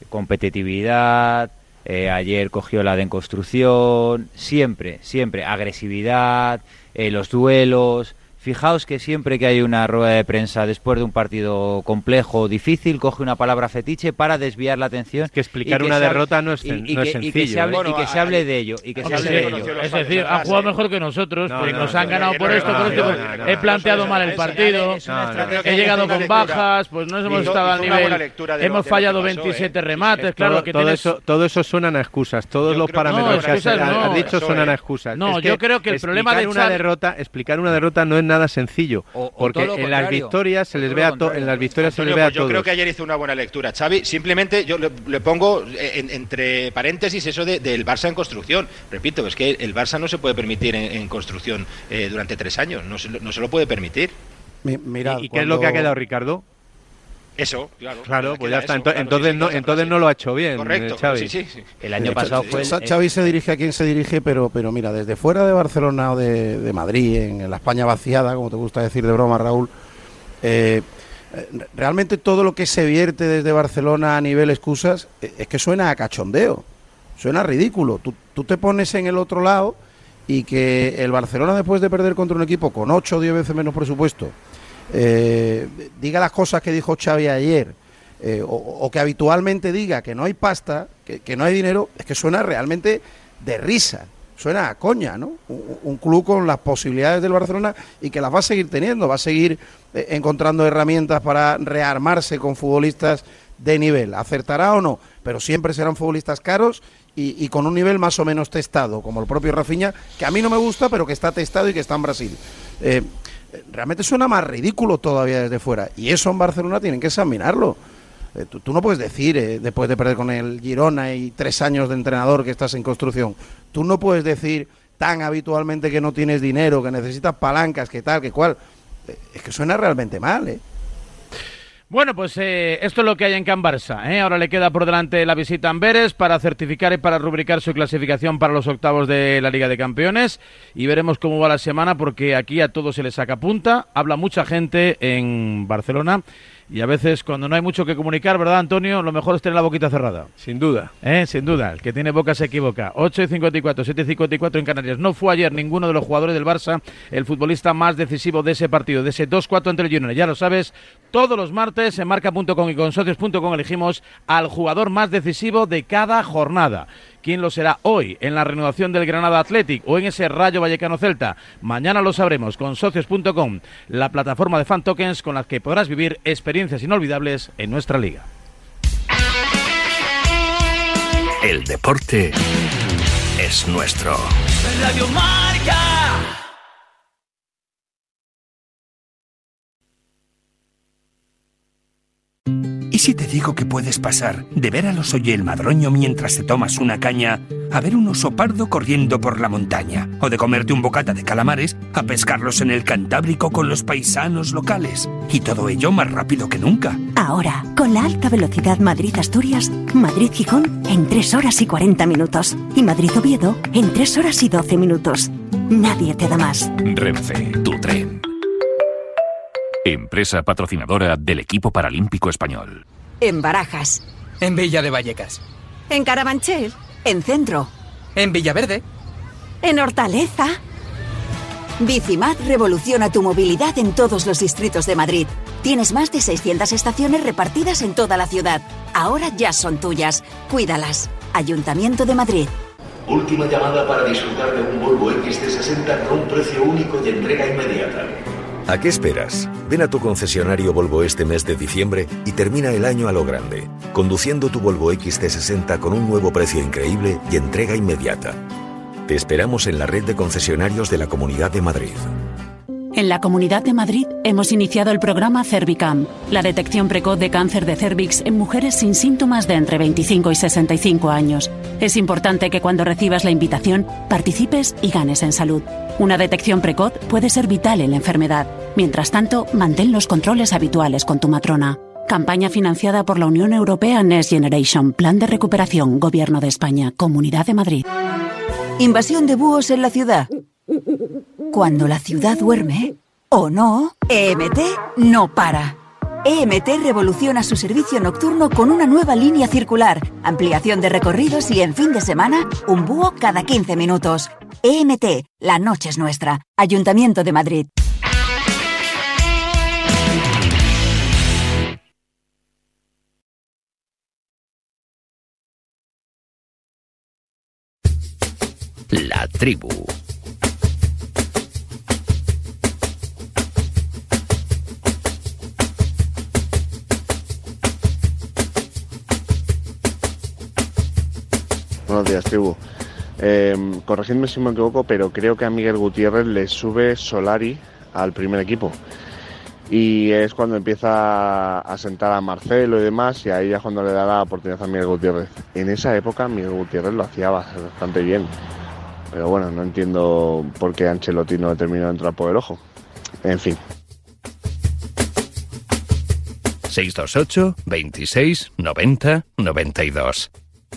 Competitividad, eh, ayer cogió la de en construcción, siempre, siempre, agresividad, eh, los duelos. Fijaos que siempre que hay una rueda de prensa después de un partido complejo, difícil, coge una palabra fetiche para desviar la atención. Es que explicar que una derrota no es, y, y no es que, sencillo. Y que se hable, bueno, y que se hable de ello. Y que se hable de ello. Es decir, han jugado mejor que nosotros, no, porque no, nos no, han ganado no, por no, esto, no, por esto. No, no, no, he planteado no, mal el partido, he llegado con bajas, pues no hemos estado al nivel. Hemos fallado veintisiete remates, claro. Todo eso suenan a excusas. Todos los parámetros que has dicho suenan a excusas. No, yo creo que el problema de una derrota, explicar una derrota no es nada sencillo. O, porque o en las victorias se les ve a to en las victorias Antonio, se les ve a pues yo todos. Yo creo que ayer hizo una buena lectura Xavi, simplemente yo le, le pongo en, entre paréntesis eso de, del Barça en construcción. Repito, es que el Barça no se puede permitir en, en construcción eh, durante tres años, no se, no se lo puede permitir. Mi, mira, ¿Y, y cuando... qué es lo que ha quedado, Ricardo? Eso, claro. Claro, pues ya está. Eso, entonces, claro, entonces, sí, no, entonces no lo ha hecho bien. Correcto, Xavi. Sí, sí, sí. El año pasado fue. El, Xavi se dirige a quien se dirige, pero, pero mira, desde fuera de Barcelona o de, de Madrid, en, en la España vaciada, como te gusta decir de broma, Raúl, eh, realmente todo lo que se vierte desde Barcelona a nivel excusas eh, es que suena a cachondeo, suena ridículo. Tú, tú te pones en el otro lado y que el Barcelona, después de perder contra un equipo con ocho o diez veces menos presupuesto, Eh, diga las cosas que dijo Xavi ayer, eh, o, o que habitualmente diga que no hay pasta, que, que no hay dinero, es que suena realmente de risa, suena a coña, ¿no? Un, un club con las posibilidades del Barcelona y que las va a seguir teniendo, va a seguir eh, encontrando herramientas para rearmarse con futbolistas de nivel, acertará o no, pero siempre serán futbolistas caros y, y con un nivel más o menos testado, como el propio Rafinha, que a mí no me gusta, pero que está testado y que está en Brasil. Eh, Realmente suena más ridículo todavía desde fuera. Y eso en Barcelona tienen que examinarlo. Eh, tú, tú no puedes decir, eh, después de perder con el Girona y tres años de entrenador, que estás en construcción, tú no puedes decir tan habitualmente que no tienes dinero, que necesitas palancas, que tal, que cual. Eh, es que suena realmente mal, ¿eh? Bueno, pues eh, esto es lo que hay en Can Barça, ¿eh? Ahora le queda por delante la visita a Amberes para certificar y para rubricar su clasificación para los octavos de la Liga de Campeones y veremos cómo va la semana porque aquí a todos se les saca punta, habla mucha gente en Barcelona y a veces cuando no hay mucho que comunicar, ¿verdad, Antonio? Lo mejor es tener la boquita cerrada. Sin duda. ¿Eh? Sin duda, el que tiene boca se equivoca. ocho y cincuenta y cuatro, siete y cincuenta y cuatro en Canarias. No fue ayer ninguno de los jugadores del Barça el futbolista más decisivo de ese partido, de ese dos cuatro entre el Girona. Ya lo sabes, todos los martes en marca punto com y con socios punto com elegimos al jugador más decisivo de cada jornada. quién lo será hoy en la reanudación del Granada Athletic o en ese Rayo Vallecano Celta. Mañana lo sabremos con socios punto com, la plataforma de fan tokens con la que podrás vivir experiencias inolvidables en nuestra liga. El deporte es nuestro. Radio Marca. ¿Y si te digo que puedes pasar de ver al oso y el madroño mientras te tomas una caña a ver un oso pardo corriendo por la montaña? O de comerte un bocata de calamares a pescarlos en el Cantábrico con los paisanos locales. Y todo ello más rápido que nunca. Ahora, con la alta velocidad Madrid-Asturias, Madrid-Gijón en tres horas y cuarenta minutos. Y Madrid-Oviedo en tres horas y doce minutos. Nadie te da más. Renfe, tu tren. Empresa patrocinadora del equipo paralímpico español. En Barajas. En Villa de Vallecas. En Carabanchel. En Centro. En Villaverde. En Hortaleza. Bicimad revoluciona tu movilidad en todos los distritos de Madrid. Tienes más de seiscientas estaciones repartidas en toda la ciudad. Ahora ya son tuyas. Cuídalas. Ayuntamiento de Madrid. Última llamada para disfrutar de un Volvo equis ce sesenta con un precio único y entrega inmediata. ¿A qué esperas? Ven a tu concesionario Volvo este mes de diciembre y termina el año a lo grande, conduciendo tu Volvo equis ce sesenta con un nuevo precio increíble y entrega inmediata. Te esperamos en la red de concesionarios de la Comunidad de Madrid. En la Comunidad de Madrid hemos iniciado el programa Cervicam, la detección precoz de cáncer de cérvix en mujeres sin síntomas de entre veinticinco y sesenta y cinco años. Es importante que cuando recibas la invitación participes y ganes en salud. Una detección precoz puede ser vital en la enfermedad. Mientras tanto, mantén los controles habituales con tu matrona. Campaña financiada por la Unión Europea Next Generation, Plan de Recuperación, Gobierno de España, Comunidad de Madrid. Invasión de búhos en la ciudad. Cuando la ciudad duerme, o no, E M T no para. E M T revoluciona su servicio nocturno con una nueva línea circular, ampliación de recorridos y en fin de semana, un búho cada quince minutos. E M T, la noche es nuestra. Ayuntamiento de Madrid. La tribu. Buenos días, tribu. Eh, corregidme si me equivoco, pero creo que a Miguel Gutiérrez le sube Solari al primer equipo. Y es cuando empieza a sentar a Marcelo y demás, y ahí ya es cuando le da la oportunidad a Miguel Gutiérrez. En esa época Miguel Gutiérrez lo hacía bastante bien. Pero bueno, no entiendo por qué Ancelotti no le terminó de entrar por el ojo. En fin. seis dos ocho, veintiséis, noventa, noventa y dos.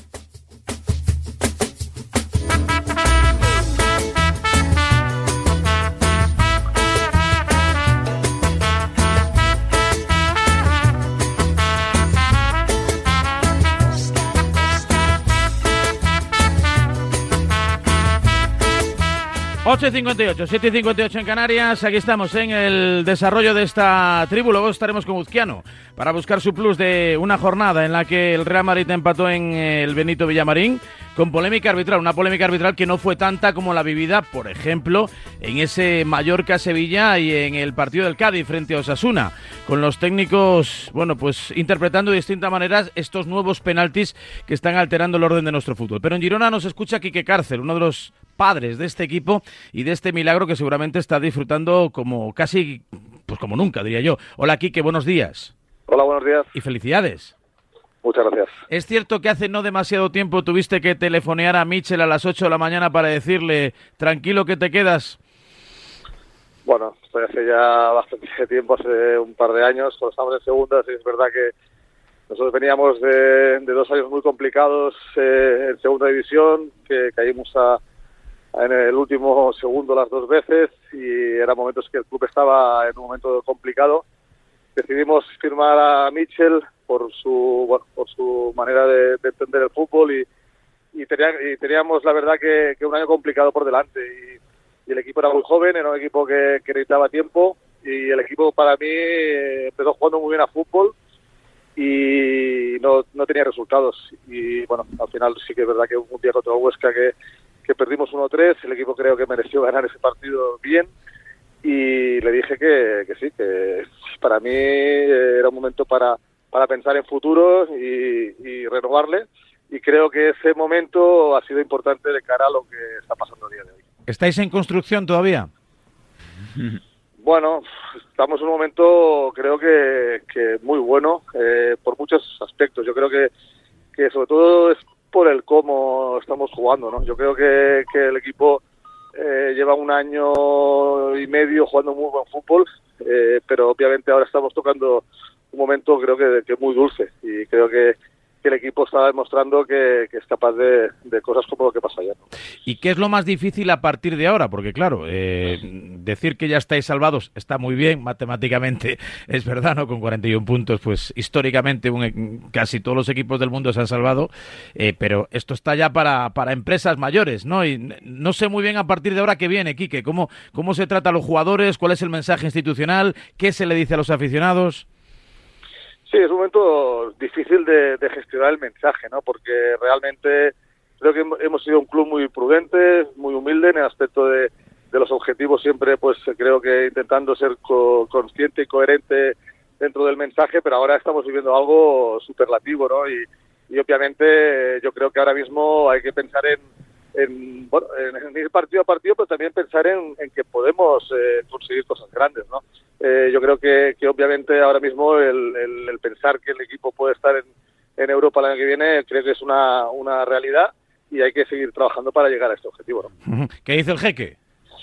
ocho y cincuenta y ocho, siete y cincuenta y ocho en Canarias. Aquí estamos en el desarrollo de esta tribu. Luego estaremos con Uzquiano para buscar su plus de una jornada en la que el Real Madrid empató en el Benito Villamarín con polémica arbitral. Una polémica arbitral que no fue tanta como la vivida, por ejemplo, en ese Mallorca-Sevilla y en el partido del Cádiz frente a Osasuna, con los técnicos, bueno, pues interpretando de distintas maneras estos nuevos penaltis que están alterando el orden de nuestro fútbol. Pero en Girona nos escucha Quique Cárcel, uno de los padres de este equipo y de este milagro que seguramente está disfrutando como casi, pues como nunca, diría yo. Hola, Quique, buenos días. Hola, buenos días. Y felicidades. Muchas gracias. ¿Es cierto que hace no demasiado tiempo tuviste que telefonear a Mitchell a las ocho de la mañana para decirle, tranquilo que te quedas? Bueno, estoy hace ya bastante tiempo, hace un par de años, cuando estamos en segunda, sí es verdad que nosotros veníamos de, de dos años muy complicados eh, en segunda división, que caímos a, a en el último segundo las dos veces y eran momentos que el club estaba en un momento complicado. Decidimos firmar a Mitchell por su bueno, por su manera de, de entender el fútbol y, y, tenía, y teníamos la verdad que, que un año complicado por delante y, y el equipo era muy joven, era un equipo que, que necesitaba tiempo y el equipo para mí eh, empezó jugando muy bien a fútbol y no, no tenía hay resultados. Y bueno, al final sí que es verdad que un día contra el Huesca que, que perdimos uno tres, el equipo creo que mereció ganar ese partido bien, y le dije que, que sí, que para mí era un momento para, para pensar en futuro y, y renovarle, y creo que ese momento ha sido importante de cara a lo que está pasando el día de hoy. ¿Estáis en construcción todavía? Bueno, estamos en un momento creo que, que muy bueno eh, por muchos aspectos. Yo creo que, que sobre todo es por el cómo estamos jugando, ¿no? Yo creo que, que el equipo eh, lleva un año y medio jugando muy buen fútbol, eh, pero obviamente ahora estamos tocando un momento creo que, que muy dulce, y creo que, que el equipo está demostrando que, que es capaz de, de cosas como lo que pasa ayer, ¿no? ¿Y qué es lo más difícil a partir de ahora? Porque claro, eh, decir que ya estáis salvados está muy bien, matemáticamente es verdad, ¿no? Con cuarenta y un puntos, pues históricamente un, casi todos los equipos del mundo se han salvado, eh, pero esto está ya para, para empresas mayores, ¿no? Y no sé muy bien a partir de ahora qué viene, Quique, ¿cómo, cómo se trata a los jugadores? ¿Cuál es el mensaje institucional? ¿Qué se le dice a los aficionados? Sí, es un momento difícil de, de gestionar el mensaje, ¿no? Porque realmente creo que hemos sido un club muy prudente, muy humilde en el aspecto de, de los objetivos, siempre pues creo que intentando ser co- consciente y coherente dentro del mensaje, pero ahora estamos viviendo algo superlativo, ¿no? Y, y obviamente yo creo que ahora mismo hay que pensar en, en, bueno, en ir partido a partido, pero también pensar en, en que podemos eh, conseguir cosas grandes, ¿no? Eh, yo creo que, que obviamente ahora mismo el, el, el pensar que el equipo puede estar en, en Europa el año que viene creo que es una, una realidad, y hay que seguir trabajando para llegar a este objetivo, ¿no? ¿Qué dice el jeque?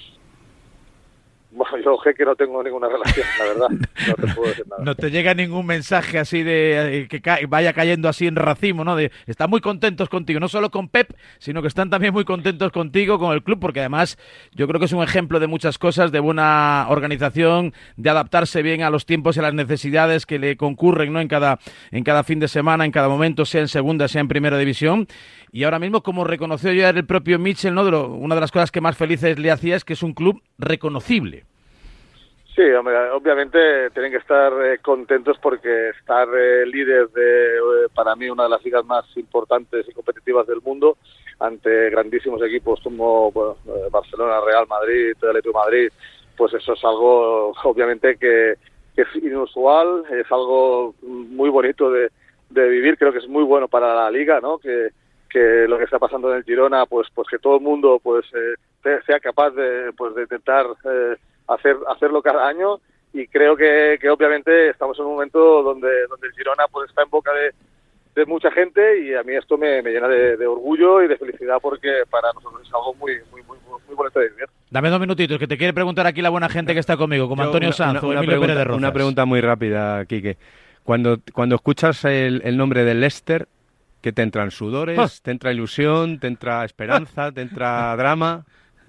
Bueno, yo jeque no tengo ninguna relación, la verdad. No te puedo decir nada. No te llega ningún mensaje así de eh, que ca- vaya cayendo así en racimo, ¿no? De están muy contentos contigo, no solo con Pep, sino que están también muy contentos contigo, con el club, porque además yo creo que es un ejemplo de muchas cosas, de buena organización, de adaptarse bien a los tiempos y a las necesidades que le concurren, ¿no? En cada en cada fin de semana, en cada momento, sea en segunda, sea en primera división. Y ahora mismo, como reconoció ya el propio Mitchell, ¿no? De lo, una de las cosas que más felices le hacía es que es un club reconocible. Sí, hombre, obviamente tienen que estar eh, contentos porque estar eh, líder de, eh, para mí, una de las ligas más importantes y competitivas del mundo, ante grandísimos equipos como bueno, eh, Barcelona, Real Madrid, Atlético de Madrid, pues eso es algo, obviamente, que, que es inusual, es algo muy bonito de, de vivir. Creo que es muy bueno para la liga, ¿no? Que, que lo que está pasando en el Girona, pues, pues que todo el mundo, pues, eh, sea capaz de, pues, de intentar eh, hacer hacerlo cada año, y creo que, que obviamente estamos en un momento donde donde el Girona pues está en boca de, de mucha gente, y a mí esto me, me llena de, de orgullo y de felicidad, porque para nosotros es algo muy muy muy muy bonito de vivir. Dame dos minutitos, que te quiere preguntar aquí la buena gente que está conmigo, como Yo, Antonio una, Sanz una, o una Emilio pregunta, Pérez de Rozas. Una pregunta muy rápida, Quique. Cuando, cuando escuchas el, el nombre del Leicester, ¿qué te entran sudores? Ah. ¿Te entra ilusión? ¿Te entra esperanza? ¿Te entra drama?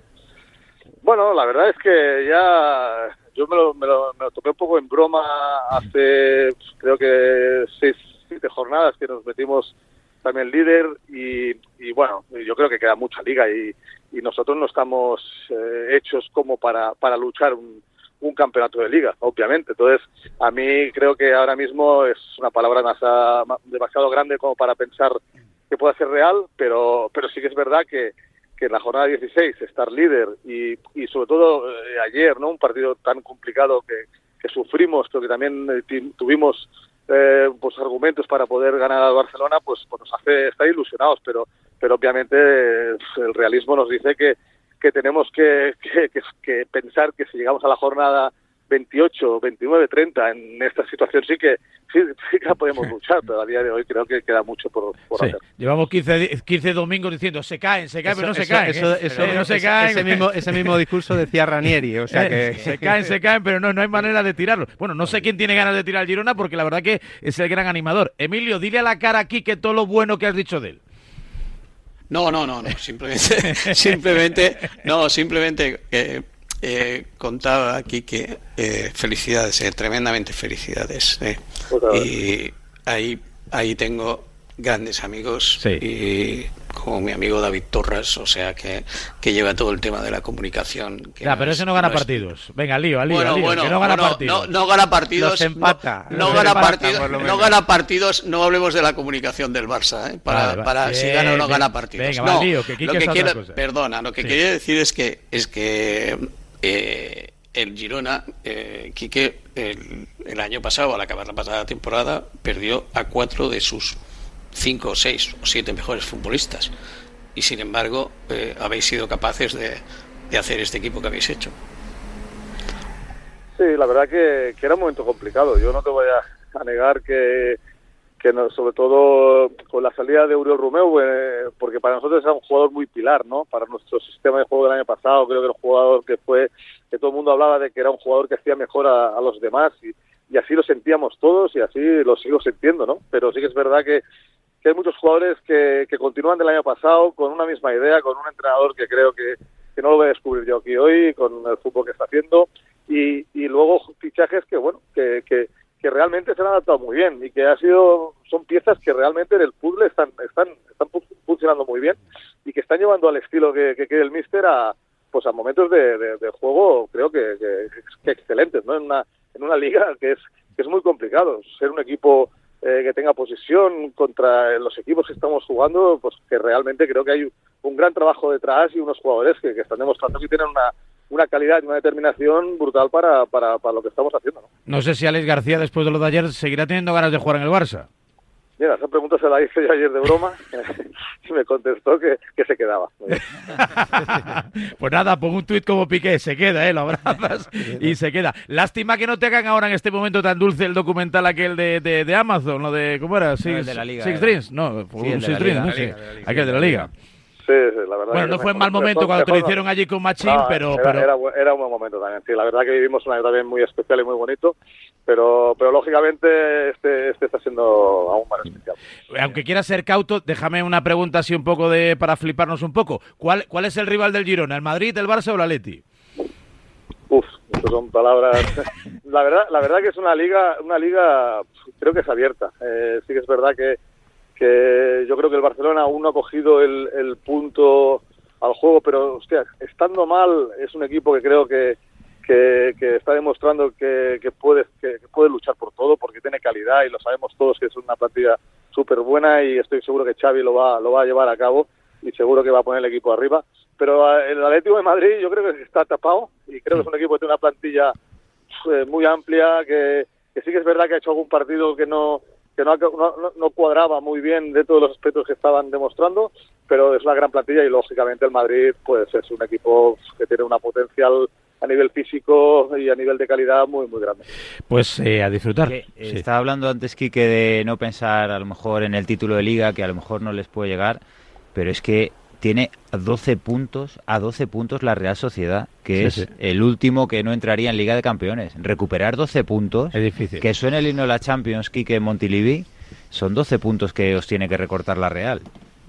Bueno, la verdad es que ya yo me lo, me lo, me lo tomé un poco en broma hace, pues, creo que seis, siete jornadas que nos metimos también líder, y, y bueno, yo creo que queda mucha liga, y, y nosotros no estamos eh, hechos como para, para luchar un, un campeonato de liga, obviamente. Entonces, a mí creo que ahora mismo es una palabra demasiado, demasiado grande como para pensar que pueda ser real, pero, pero sí que es verdad que que en la jornada dieciséis estar líder, y, y sobre todo eh, ayer, ¿no? Un partido tan complicado que, que sufrimos, pero que también eh, tuvimos eh, pues argumentos para poder ganar al Barcelona, pues, pues nos hace estar ilusionados, pero pero obviamente eh, el realismo nos dice que, que tenemos que, que, que, que pensar que si llegamos a la jornada veintiocho, veintinueve, treinta, en esta situación sí que sí, sí que la podemos luchar, pero a día de hoy creo que queda mucho por, por sí. hacer. Llevamos quince, quince domingos diciendo se caen, se caen, Eso, pero no se eso, caen. Eso, ¿eh? eso, pero no se ese, caen. Ese mismo, ese mismo discurso decía Ranieri, o sea que... Se caen, se caen, pero no, no hay manera de tirarlo. Bueno, no sé quién tiene ganas de tirar al Girona, porque la verdad que es el gran animador. Emilio, dile a la cara aquí que todo lo bueno que has dicho de él. No, no, no, no, simplemente, simplemente, no, simplemente eh, eh, contaba aquí que eh, felicidades, eh, tremendamente felicidades. Eh. Y ahí, ahí tengo grandes amigos, sí. y como mi amigo David Torres, o sea, que, que lleva todo el tema de la comunicación. Que ya, no pero es, ese no gana no es... partidos. Venga, al lío, al lío, bueno, al lío, bueno, que no gana bueno, partidos. No, no gana partidos. Los empata. No, no los gana empata, partidos. No gana partidos. No hablemos de la comunicación del Barça, ¿eh? Para, vale, vale. para Bien, si gana o no bien. gana partidos. Venga, no, va, lío, que lo que quiero, cosa. perdona, lo que sí. quería decir es que es que eh, el Girona, eh, Quique, el, el año pasado, al acabar la pasada temporada, perdió a cuatro de sus cinco, seis o siete mejores futbolistas. Y sin embargo, eh, habéis sido capaces de, de hacer este equipo que habéis hecho. Sí, la verdad que, que era un momento complicado. Yo no te voy a, a negar que, que no, sobre todo con la salida de Oriol Romeu, eh, porque para nosotros era un jugador muy pilar, ¿no? Para nuestro sistema de juego del año pasado, creo que era un jugador que fue, que todo el mundo hablaba de que era un jugador que hacía mejor a, a los demás y, y así lo sentíamos todos y así lo sigo sintiendo, ¿no? Pero sí que es verdad que, que hay muchos jugadores que, que continúan del año pasado con una misma idea, con un entrenador que creo que, que no lo voy a descubrir yo aquí hoy, con el fútbol que está haciendo y, y luego fichajes que, bueno, que... que que realmente se han adaptado muy bien y que ha sido son piezas que realmente en el puzzle están están están funcionando muy bien y que están llevando al estilo que, que quiere el míster a pues a momentos de, de, de juego creo que, que, que excelentes, ¿no? En una en una liga que es que es muy complicado ser un equipo eh, que tenga posición contra los equipos que estamos jugando, pues que realmente creo que hay un gran trabajo detrás y unos jugadores que, que están demostrando que tienen una una calidad y una determinación brutal para, para, para lo que estamos haciendo, ¿no? No sé si Alex García, después de lo de ayer, seguirá teniendo ganas de jugar en el Barça. Mira, esa pregunta se la hice yo ayer de broma y me contestó que, que se quedaba. Pues nada, pongo un tuit como Piqué, se queda, ¿eh? Lo abrazas y se queda. Lástima que no te hagan ahora en este momento tan dulce el documental aquel de, de, de Amazon, ¿no? De, ¿cómo era? Six, no, el de la Liga. Six era. Dreams, no, sí, el Six de Dreams, la ¿no? Liga, Sí, de la Liga, aquel de la Liga. Sí, sí, la verdad. Bueno, no fue en mal momento cuando te lo hicieron allí con Machín, no, pero... Era, pero... Era, era un buen momento también, sí. La verdad que vivimos un año también muy especial y muy bonito, pero pero lógicamente este, este está siendo aún más especial. Aunque quieras ser cauto, déjame una pregunta así un poco de para fliparnos un poco. ¿Cuál, cuál es el rival del Girona? ¿El Madrid, el Barça o el Atleti? Uf, estas son palabras... la verdad la verdad que es una liga, una liga creo que es abierta. Eh, sí que es verdad que que yo creo que el Barcelona aún no ha cogido el, el punto al juego, pero hostia, estando mal es un equipo que creo que que, que está demostrando que, que puede que, que puede luchar por todo porque tiene calidad y lo sabemos todos que es una plantilla súper buena y estoy seguro que Xavi lo va lo va a llevar a cabo y seguro que va a poner el equipo arriba, pero el Atlético de Madrid yo creo que está tapado y creo que es un equipo que tiene una plantilla eh, muy amplia, que, que sí que es verdad que ha hecho algún partido que no que no, no, no cuadraba muy bien de todos los aspectos que estaban demostrando, pero es una gran plantilla y lógicamente el Madrid pues es un equipo que tiene una potencial a nivel físico y a nivel de calidad muy muy grande. Pues eh, a disfrutar. Que, sí. Estaba hablando antes, Quique, de no pensar a lo mejor en el título de Liga, que a lo mejor no les puede llegar, pero es que tiene doce puntos, a doce puntos la Real Sociedad, que sí, es sí. el último que no entraría en Liga de Campeones. Recuperar doce puntos, es difícil. Que suene el himno de la Champions, Quique Montilivi, son doce puntos que os tiene que recortar la Real.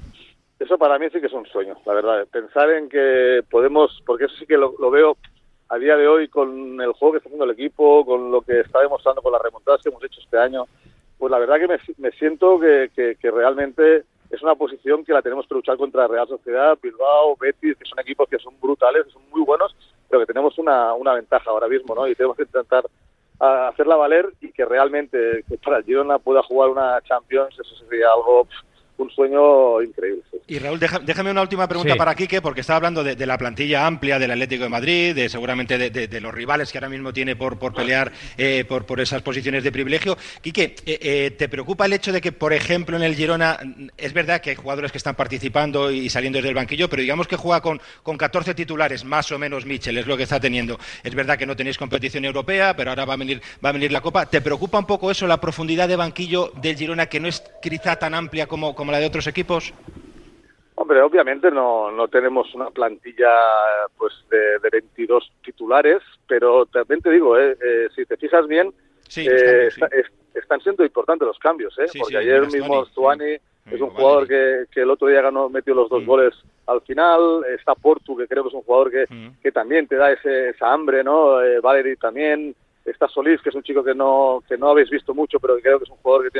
Eso para mí sí que es un sueño, la verdad. Pensar en que podemos, porque eso sí que lo, lo veo a día de hoy con el juego que está haciendo el equipo, con lo que está demostrando con las remontadas que hemos hecho este año, pues la verdad que me, me siento que, que, que realmente es una posición que la tenemos que luchar contra Real Sociedad, Bilbao, Betis, que son equipos que son brutales, que son muy buenos, pero que tenemos una, una ventaja ahora mismo, ¿no? Y tenemos que intentar a, hacerla valer y que realmente que para el Girona pueda jugar una Champions, eso sería algo, un sueño increíble. Sí. Y Raúl, deja, déjame una última pregunta sí. para Quique, porque estaba hablando de, de la plantilla amplia del Atlético de Madrid, de seguramente de, de, de los rivales que ahora mismo tiene por, por pelear eh, por, por esas posiciones de privilegio. Quique, eh, eh, ¿te preocupa el hecho de que, por ejemplo, en el Girona, es verdad que hay jugadores que están participando y saliendo desde el banquillo, pero digamos que juega con, con catorce titulares, más o menos Michel, es lo que está teniendo. Es verdad que no tenéis competición europea, pero ahora va a venir, va a venir la Copa. ¿Te preocupa un poco eso, la profundidad de banquillo del Girona, que no es quizá tan amplia como, como la de otros equipos? Hombre, obviamente no, no tenemos una plantilla pues de, de veintidós titulares, pero también te digo, eh, eh, si te fijas bien, sí, eh, está, sí. está, es, están siendo importantes los cambios, eh, sí, porque sí, ayer mismo Stuani sí. es un jugador que, que el otro día ganó, metió los dos mm. goles al final, está Portu, que creo que es un jugador que, mm. que también te da ese, esa hambre, ¿no? Eh, Valery también, está Solís, que es un chico que no que no habéis visto mucho, pero que creo que es un jugador que tiene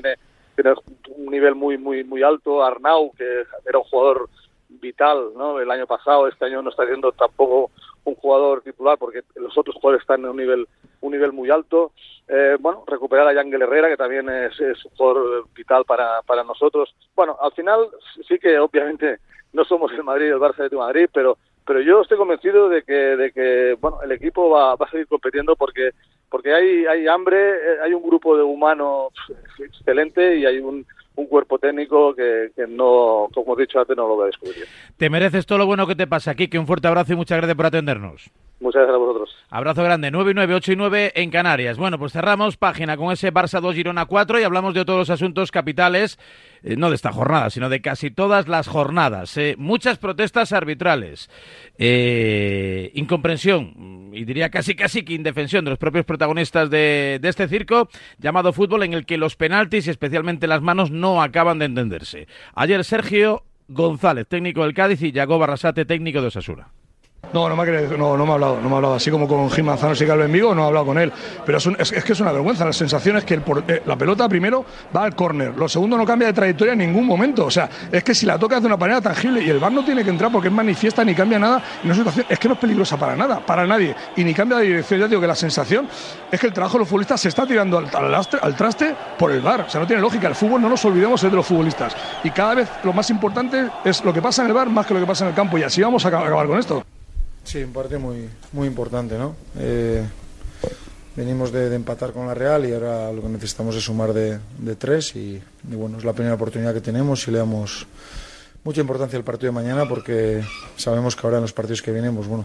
tiene un nivel muy muy muy alto. Arnau, que era un jugador vital, ¿no? El año pasado, este año no está siendo tampoco un jugador titular porque los otros jugadores están en un nivel un nivel muy alto. Eh, bueno, recuperar a Yangel Herrera, que también es, es un jugador vital para, para nosotros. Bueno, al final sí que obviamente no somos el Madrid y el Barça de Madrid, pero pero yo estoy convencido de que de que bueno, el equipo va, va a seguir compitiendo porque porque hay hay hambre, hay un grupo de humanos excelente y hay un un cuerpo técnico que, que no, como he dicho antes, no lo va a descubrir. Te mereces todo lo bueno que te pasa aquí, que un fuerte abrazo y muchas gracias por atendernos. Muchas gracias a vosotros. Abrazo grande, nueve y nueve, ocho y nueve en Canarias. Bueno, pues cerramos página con ese Barça dos, Girona cuatro y hablamos de todos los asuntos capitales, eh, no de esta jornada, sino de casi todas las jornadas. Eh, muchas protestas arbitrales, eh, incomprensión y diría casi casi que indefensión de los propios protagonistas de, de este circo llamado fútbol, en el que los penaltis y especialmente las manos no acaban de entenderse. Ayer Sergio González, técnico del Cádiz, y Yago Barrasate, técnico de Osasuna. No, no me ha querido, no, no me ha hablado, no me ha hablado. Así como con Gil Manzano sí que hablo en vivo, no he hablado con él. Pero es, un, es, es que es una vergüenza. La sensación es que el, por, eh, la pelota primero va al córner, lo segundo no cambia de trayectoria en ningún momento. O sea, es que si la tocas de una manera tangible y el V A R no tiene que entrar porque es manifiesta ni cambia nada, en una situación es que no es peligrosa para nada, para nadie, y ni cambia de dirección. Ya digo que la sensación es que el trabajo de los futbolistas se está tirando al, al, lastre, al traste por el V A R. O sea, no tiene lógica. El fútbol, no nos olvidemos, es de los futbolistas. Y cada vez lo más importante es lo que pasa en el V A R más que lo que pasa en el campo. Y así vamos a acabar con esto. Sí, un partido muy, muy importante, ¿no? Eh, venimos de, de empatar con la Real y ahora lo que necesitamos es sumar de, de tres y, y bueno, es la primera oportunidad que tenemos y le damos mucha importancia al partido de mañana porque sabemos que ahora en los partidos que vienen, pues bueno,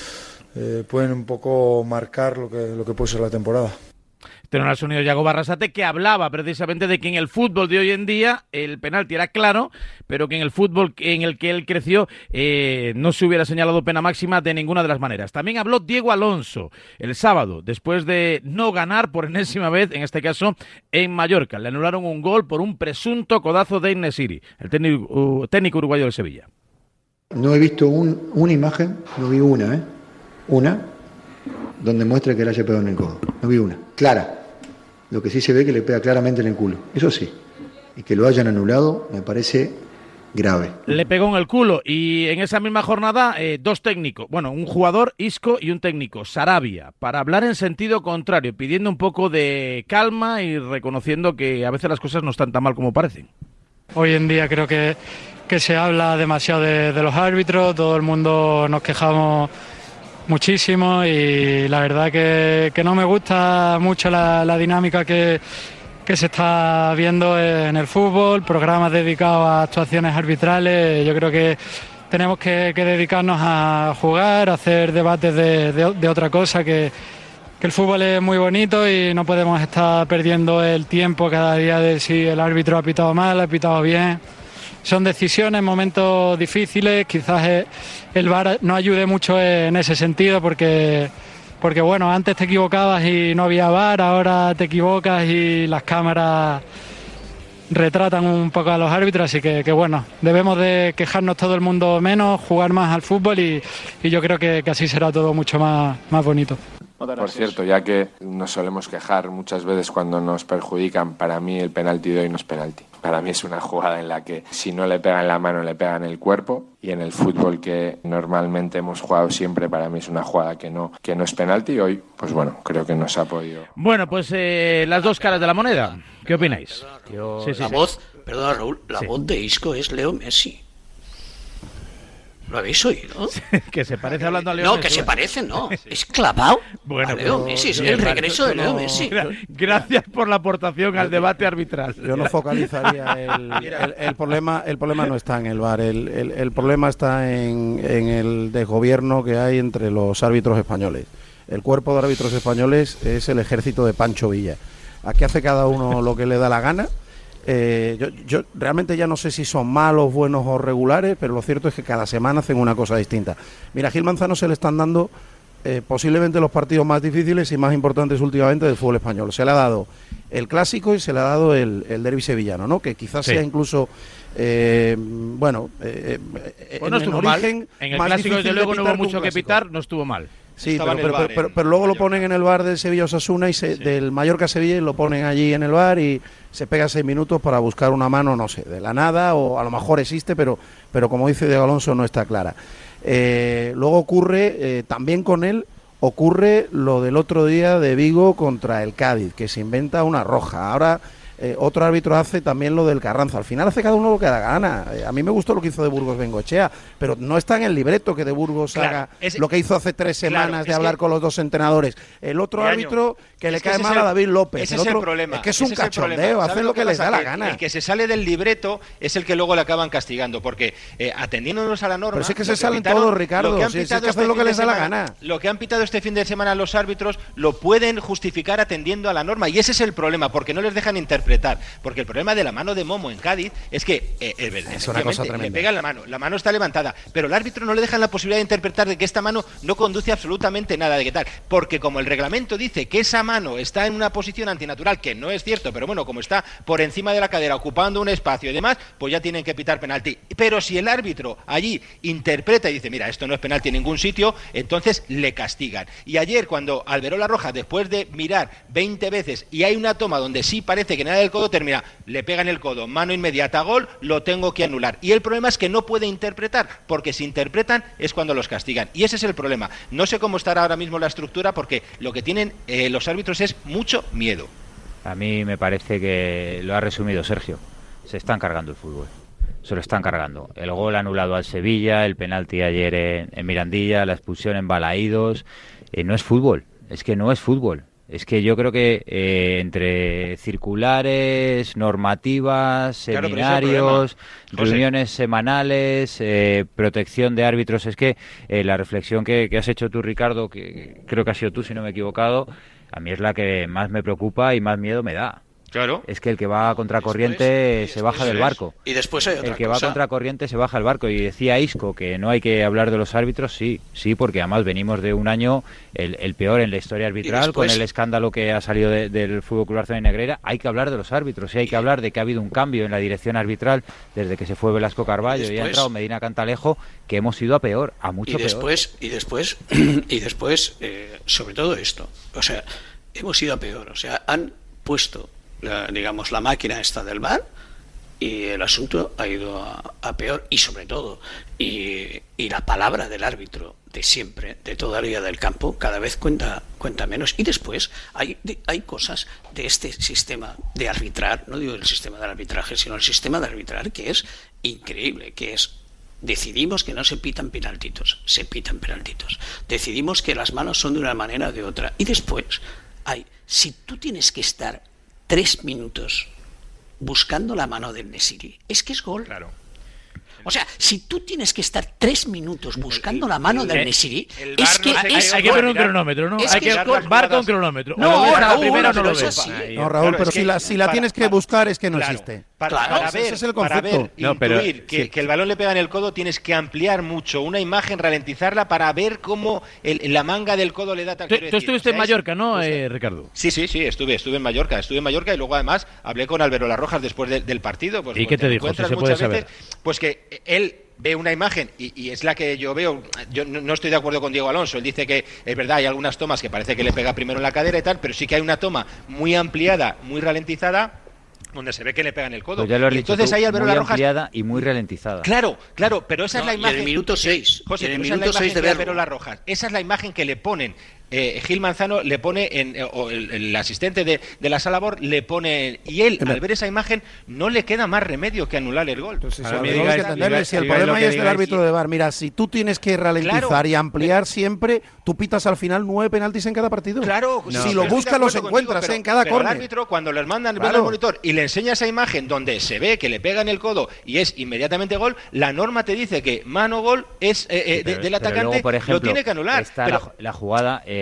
eh, pueden un poco marcar lo que, lo que puede ser la temporada. Tenemos al sonido Yago Barrasate, que hablaba precisamente de que en el fútbol de hoy en día el penalti era claro, pero que en el fútbol en el que él creció eh, no se hubiera señalado pena máxima de ninguna de las maneras. También habló Diego Alonso el sábado, después de no ganar por enésima vez, en este caso en Mallorca. Le anularon un gol por un presunto codazo de En-Nesyri, el técnico, uh, técnico uruguayo del Sevilla. No he visto un, una imagen, no vi una, ¿eh? Una, donde muestre que le haya pegado en el codo. No vi una, clara. Lo que sí se ve que le pega claramente en el culo, eso sí. Y que lo hayan anulado me parece grave. Le pegó en el culo y en esa misma jornada eh, dos técnicos, bueno, un jugador, Isco, y un técnico, Sarabia, para hablar en sentido contrario, pidiendo un poco de calma y reconociendo que a veces las cosas no están tan mal como parecen. Hoy en día creo que, que se habla demasiado de, de los árbitros, todo el mundo nos quejamos muchísimo y la verdad que, que no me gusta mucho la, la dinámica que, que se está viendo en el fútbol, programas dedicados a actuaciones arbitrales. Yo creo que tenemos que, que dedicarnos a jugar, a hacer debates de, de, de otra cosa, que, que el fútbol es muy bonito y no podemos estar perdiendo el tiempo cada día de si el árbitro ha pitado mal, ha pitado bien. Son decisiones, momentos difíciles, quizás el V A R no ayude mucho en ese sentido porque, porque bueno, antes te equivocabas y no había V A R, ahora te equivocas y las cámaras retratan un poco a los árbitros, así que, que bueno, debemos de quejarnos todo el mundo menos, jugar más al fútbol y, y yo creo que, que así será todo mucho más, más bonito. Por cierto, ya que nos solemos quejar muchas veces cuando nos perjudican, para mí el penalti de hoy no es penalti. Para mí es una jugada en la que si no le pegan la mano, le pegan el cuerpo. Y en el fútbol que normalmente hemos jugado siempre, para mí es una jugada que no, que no es penalti. Hoy, pues bueno, creo que nos ha podido... Bueno, pues eh, las dos caras de la moneda. ¿Qué opináis? Yo, sí, sí, la sí. voz, perdona Raúl, la sí. voz de Isco es Leo Messi. ¿Lo habéis oído? Que se parece hablando a Leo no, Messi. No, que se parece, no. Es clavado bueno, a Leo Messi. Es el regreso de Leo Messi. Gracias por la aportación al debate arbitral. Yo no focalizaría el, el, el problema. El problema no está en el V A R. El, el, el problema está en, en el desgobierno que hay entre los árbitros españoles. El cuerpo de árbitros españoles es el ejército de Pancho Villa. Aquí hace cada uno lo que le da la gana. Eh, yo, yo realmente ya no sé si son malos, buenos o regulares, pero lo cierto es que cada semana hacen una cosa distinta. Mira, a Gil Manzano se le están dando eh, posiblemente los partidos más difíciles y más importantes últimamente del fútbol español. Se le ha dado el clásico y se le ha dado el, el derbi sevillano, ¿no? Que quizás sí. sea incluso eh, bueno, eh, pues no en estuvo el origen mal. En el clásico desde luego no hubo mucho que pitar, no estuvo mal. Sí, pero, pero, pero, pero, pero luego lo ponen en el bar del Sevilla-Osasuna y se, sí. del Mallorca-Sevilla y lo ponen allí en el bar y se pega seis minutos para buscar una mano, no sé, de la nada, o a lo mejor existe, pero, pero como dice Diego Alonso, no está clara. Eh, luego ocurre, eh, también con él, ocurre lo del otro día de Vigo contra el Cádiz, que se inventa una roja. Ahora eh, otro árbitro hace también lo del Carranza. Al final hace cada uno lo que da gana. Eh, a mí me gustó lo que hizo de Burgos Bengoechea, pero no está en el libreto que de Burgos claro, haga es, lo que hizo hace tres semanas claro, de hablar que, con los dos entrenadores. El otro árbitro que le cae mal a David López. Ese el es otro, el problema. Es que es un cachondeo, hacen lo que, que les da la gana. El que se sale del libreto es el que luego le acaban castigando, porque eh, atendiéndonos a la norma... Pero es que se salen todos, Ricardo, lo que, si es que hacen este lo que les da la gana. Lo que han pitado este fin de semana los árbitros lo pueden justificar atendiendo a la norma, y ese es el problema, porque no les dejan interpretar, porque el problema de la mano de Momo en Cádiz es que eh, el, es una cosa tremenda. Le pegan la mano, la mano está levantada, pero el árbitro no le dejan la posibilidad de interpretar de que esta mano no conduce absolutamente nada de qué tal, porque como el reglamento dice que esa mano está en una posición antinatural, que no es cierto, pero bueno, como está por encima de la cadera ocupando un espacio y demás, pues ya tienen que pitar penalti. Pero si el árbitro allí interpreta y dice, mira, esto no es penalti en ningún sitio, entonces le castigan. Y ayer cuando Alberola Rojas, después de mirar veinte veces y hay una toma donde sí parece que nada del codo, termina, le pegan el codo, mano inmediata, gol, lo tengo que anular. Y el problema es que no puede interpretar, porque si interpretan es cuando los castigan. Y ese es el problema. No sé cómo estará ahora mismo la estructura, porque lo que tienen eh, los árbitros es mucho miedo. A mí me parece que lo ha resumido Sergio. Se están cargando el fútbol. Se lo están cargando. El gol anulado al Sevilla, el penalti ayer en, en Mirandilla, la expulsión en Balaídos. Eh, no es fútbol. Es que no es fútbol. Es que yo creo que eh, entre circulares, normativas, seminarios, claro, reuniones semanales, eh, protección de árbitros, es que eh, la reflexión que, que has hecho tú, Ricardo, que creo que has sido tú, si no me he equivocado, a mí es la que más me preocupa y más miedo me da. Claro. Es que el que va a contracorriente después, se baja del barco. Y después hay otra El que cosa. va a contracorriente se baja del barco. Y decía Isco que no hay que hablar de los árbitros, sí, sí, porque además venimos de un año el, el peor en la historia arbitral, después, con el escándalo que ha salido de, del Fútbol Club Barcelona y Negreira. Hay que hablar de los árbitros, y hay que hablar de que ha habido un cambio en la dirección arbitral desde que se fue Velasco Carballo y, después, y ha entrado Medina Cantalejo, que hemos ido a peor, a mucho y después, peor. Y después, y después eh, sobre todo esto, o sea, hemos ido a peor, o sea, han puesto La, digamos, la máquina esta del V A R y el asunto ha ido a, a peor, y sobre todo y, y la palabra del árbitro de siempre, de toda la vida del campo, cada vez cuenta cuenta menos. Y después hay, de, hay cosas de este sistema de arbitrar, no digo el sistema del arbitraje, sino el sistema de arbitrar, que es increíble, que es: decidimos que no se pitan penaltitos, se pitan penaltitos, decidimos que las manos son de una manera o de otra, y después hay, si tú tienes que estar tres minutos buscando la mano del Nesiri, es que es gol. Claro. O sea, si tú tienes que estar tres minutos buscando el, la mano el, del Nesiri, es que no sé, es hay, hay que poner un cronómetro, ¿no? Es hay que que bar con cronómetro. No, no Raúl, primera no, no lo es así. No, Raúl, claro, pero es si que la, si la para, tienes que para, buscar es que no claro, existe. Para, claro, para ese ver, es el para concepto. ver, No, pero, intuir que, sí. que el balón le pega en el codo, tienes que ampliar mucho una imagen, ralentizarla para ver cómo el, la manga del codo le da tal. Tú, tú estuviste o sea, en Mallorca, ¿no, eh, Ricardo? Sí, sí, sí, estuve, estuve en Mallorca, estuve en Mallorca y luego además hablé con Alberola Rojas después de, del partido. Pues, ¿Y qué te dijo? Si se puede saber. Veces, pues que él ve una imagen y, y es la que yo veo. Yo no, no estoy de acuerdo con Diego Alonso. Él dice que es verdad, hay algunas tomas que parece que le pega primero en la cadera y tal, pero sí que hay una toma muy ampliada, muy ralentizada, donde se ve que le pegan el codo. Pues ya lo has y dicho entonces tú, ahí Alberola muy Rojas, ampliada y muy ralentizada. Claro, claro, pero esa no, es la imagen. En el minuto seis. José, en el minuto minuto esa es la seis imagen de Alberola Rojas. Esa es la imagen que le ponen. Eh, Gil Manzano le pone, en, eh, o el, el asistente de, de la sala B O R le pone, y él al ver esa imagen no le queda más remedio que anular el gol. Entonces, Ahora, si, me digáis, digáis, que entenderle, digáis, si el digáis problema que es del digáis, árbitro de V A R, mira, si tú tienes que ralentizar Claro. y ampliar siempre, tú pitas al final nueve penaltis en cada partido. Claro, si no, lo pero buscas los contigo, encuentras pero, eh, en cada pero córner. El árbitro, cuando les mandan Claro. al monitor y le enseña esa imagen donde se ve que le pega en el codo y es inmediatamente gol, la norma te dice que mano gol es eh, eh, Sí, pero, de, del pero atacante, luego, por ejemplo, lo tiene que anular. Está pero, la, la jugada, eh,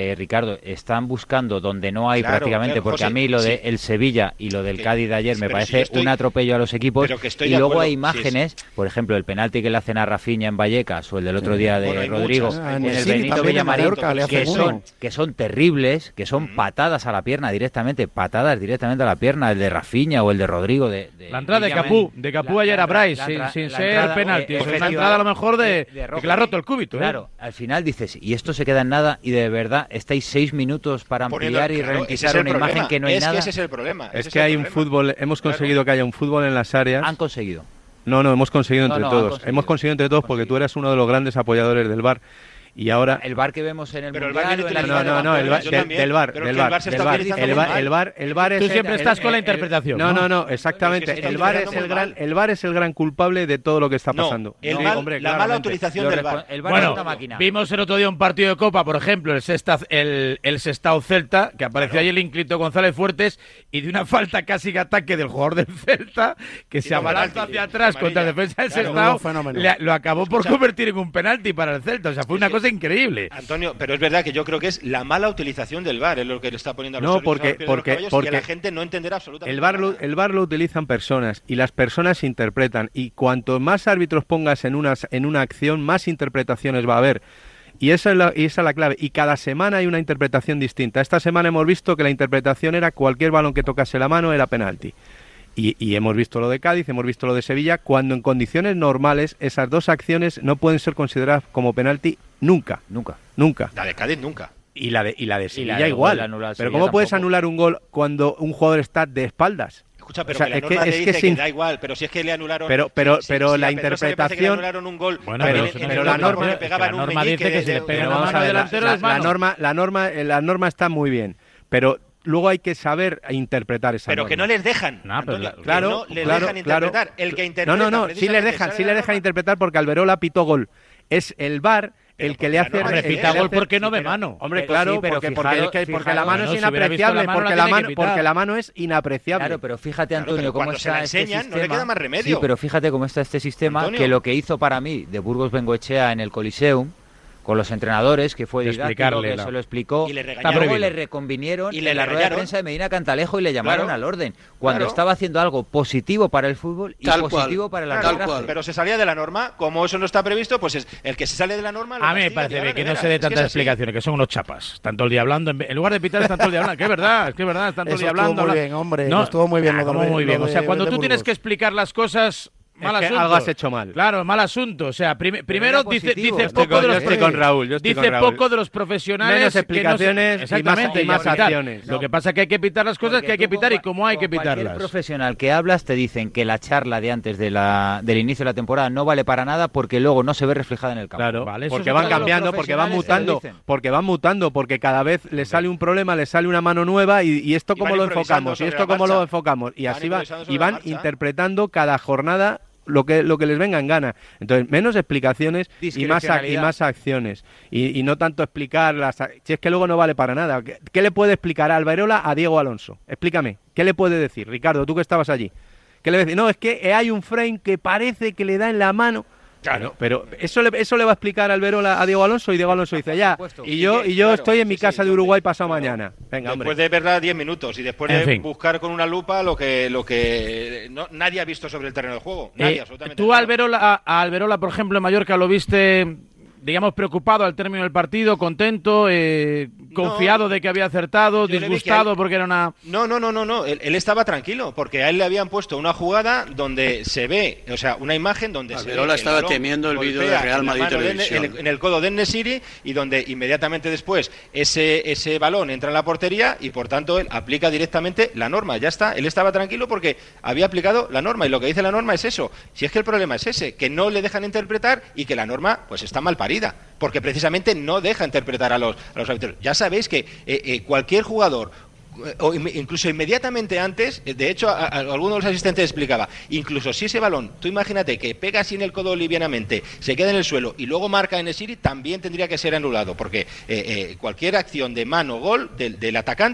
eh, Ricardo, están buscando donde no hay claro, prácticamente, claro, porque José, a mí lo de sí. el Sevilla y lo del que, Cádiz de ayer me parece si estoy, un atropello a los equipos, y luego acuerdo, hay imágenes, sí, por ejemplo, el penalti que le hacen a Rafinha en Vallecas o el del otro día de bueno, Rodrigo muchas. en el sí, Benito Villamarín, que son, son, que son terribles, que son mm. patadas a la pierna directamente, patadas directamente a la pierna, el de Rafinha o el de Rodrigo. De, de la entrada de Capú, de Capú ayer a Bryce, sin, sin ser entrada, penalti, eh, es una entrada a lo mejor de, de, de, de que le ha roto el cúbito. Claro, ¿eh? Al final dices, y esto se queda en nada, y de verdad estáis seis minutos para ampliar Poniendo, y claro, ralentizar una problema. imagen que no hay es nada. Que ese es el problema. Es ese que es hay el un problema. fútbol, hemos conseguido claro. que haya un fútbol en las áreas. Han conseguido. No, no, hemos conseguido entre no, no, todos. conseguido. Hemos conseguido entre todos porque tú eras uno de los grandes apoyadores del V A R. Y ahora el V A R que vemos en el pero mundial, el VAR no, no, no, el VAR, del, del V A R, del V A R, del V A R, el V A R, el V A R, el V A R tú es siempre el, estás el, con la el, interpretación. No, no, no, no, exactamente. El V A R es el gran, el V A R es el gran culpable de todo lo que está pasando. No, el sí, mal, hombre, la mala utilización del V A R. El V A R bueno, es una máquina. Vimos el otro día un partido de Copa, por ejemplo, el Sesta, el, el Sestao Celta, que apareció claro. ahí el ínclito González Fuertes, y de una falta casi que ataque del jugador del Celta, que se abalanza hacia atrás contra la defensa del Sestao, lo acabó por convertir en un penalti para el Celta. O sea, fue una cosa increíble. Antonio, pero es verdad que yo creo que es la mala utilización del V A R, es lo que le está poniendo a los no, porque, porque, porque y la gente no entenderá absolutamente el V A R lo, el V A R lo utilizan personas y las personas interpretan, y cuanto más árbitros pongas en una, en una acción, más interpretaciones va a haber. Y esa, es la, y esa es la clave. Y cada semana hay una interpretación distinta. Esta semana hemos visto que la interpretación era cualquier balón que tocase la mano era penalti. Y, y hemos visto lo de Cádiz, hemos visto lo de Sevilla, cuando en condiciones normales esas dos acciones no pueden ser consideradas como penalti nunca. Nunca. Nunca. La de Cádiz nunca. Y la de, y la de Sevilla la de igual. Pero Sevilla ¿cómo puedes tampoco. anular un gol cuando un jugador está de espaldas? Escucha, pero o sea, que la es norma que, te es dice que, que sin... da igual, pero si es que le anularon... Pero, pero, si, pero si la a interpretación... Que le anularon un gol, bueno, pero, pero, pero la norma... Le pegaba la norma dice que, que se le pega la mano delantero la, es mano. La norma, la, norma, la norma está muy bien, pero... Luego hay que saber interpretar esa Pero norma. que no les dejan. No, pero la, claro, no les claro, dejan interpretar. Claro. El que interpreta. No, no, no, sí les dejan, sí les dejan interpretar porque Alberola pitó gol. Es el V A R el que le hace... Hombre, pita gol porque no ve mano. Hombre, claro, sí, pero porque, fijaros, porque, porque fijaros, la mano no, es si inapreciable, la mano, porque, la la mano, que porque la mano es inapreciable. Claro, pero fíjate, Antonio, claro, pero cómo cuando está se la este enseñan, sistema. no le queda más remedio. Sí, pero fíjate cómo está este sistema, Antonio. que lo que hizo para mí de Burgos Bengoechea en el Coliseum, con los entrenadores, que fue didáctico, que la... se lo explicó, y le luego le reconvinieron y le en la rueda de prensa de Medina Cantalejo y le llamaron claro, al orden, cuando claro. estaba haciendo algo positivo para el fútbol y Tal positivo cual, para el claro, arbitraje. Pero se salía de la norma, como eso no está previsto, pues es el que se sale de la norma... A mí me parece bien que no se dé tantas explicaciones, que son unos chapas. Están todo el día hablando, en lugar de pitar están todo el día hablando, que es verdad, es que es verdad, están todo el día hablando. Estuvo muy bien, hombre, no, estuvo muy bien. Ah, lo de, muy bien, lo de, o sea, cuando tú Burgos. tienes que explicar las cosas... Mal es que asunto. algo has hecho mal. Claro, mal asunto. O sea, prim primero dice, dice estoy poco con, de los yo estoy con Raúl, yo estoy dice con Raúl. poco de los profesionales. Menos explicaciones no se, exactamente, y más, y más acciones. Lo que pasa es que hay que pitar las cosas Porque que hay que tú pitar con, y cómo hay que pitarlas. Cualquier profesional que hablas te dicen que la charla de antes de la, del inicio de la temporada no vale para nada porque luego no se ve reflejada en el campo. Claro, vale, porque van cambiando, porque van mutando, porque van mutando, porque cada vez le sale un problema, le sale una mano nueva y, y esto cómo lo enfocamos, y esto cómo lo enfocamos. Y así va, y van interpretando cada jornada lo que lo que les venga en gana. Entonces, menos explicaciones y más y más acciones. Y, y no tanto explicar las... Si es que luego no vale para nada. ¿Qué, qué le puede explicar a Alberola a Diego Alonso? Explícame. ¿Qué le puede decir? Ricardo, tú que estabas allí. ¿Qué le decir? No, es que hay un frame que parece que le da en la mano... Claro, pero eso le, eso le va a explicar Alberola a Diego Alonso y Diego Alonso dice ya, y yo y yo claro, estoy en mi sí, casa sí, de Uruguay pasado mañana. Venga, después hombre. de verla diez minutos y después en de fin. buscar con una lupa lo que lo que no, nadie ha visto sobre el terreno de juego. Nadie, Eh, absolutamente. tú, Alberola, a, a Alberola, por ejemplo, en Mallorca lo viste, digamos, preocupado al término del partido, contento, eh, confiado no, de que había acertado, disgustado él, porque era una... No, no, no, no, no. Él, él estaba tranquilo porque a él le habían puesto una jugada donde se ve, o sea, una imagen donde Alberola se ve estaba temiendo el vídeo de Real Madrid Televisión. En, en el codo de En-Nesyri y donde inmediatamente después ese, ese balón entra en la portería y por tanto él aplica directamente la norma. Ya está, él estaba tranquilo porque había aplicado la norma y lo que dice la norma es eso. Si es que el problema es ese, que no le dejan interpretar y que la norma pues está mal parida, porque precisamente no deja interpretar a los, a los árbitros. Ya sabéis que eh, eh, cualquier jugador, o incluso inmediatamente antes, de hecho a, a, alguno de los asistentes explicaba, incluso si ese balón, tú imagínate que pega así en el codo livianamente, se queda en el suelo y luego marca en En-Nesyri, también tendría que ser anulado, porque eh, eh, cualquier acción de mano gol del, del atacante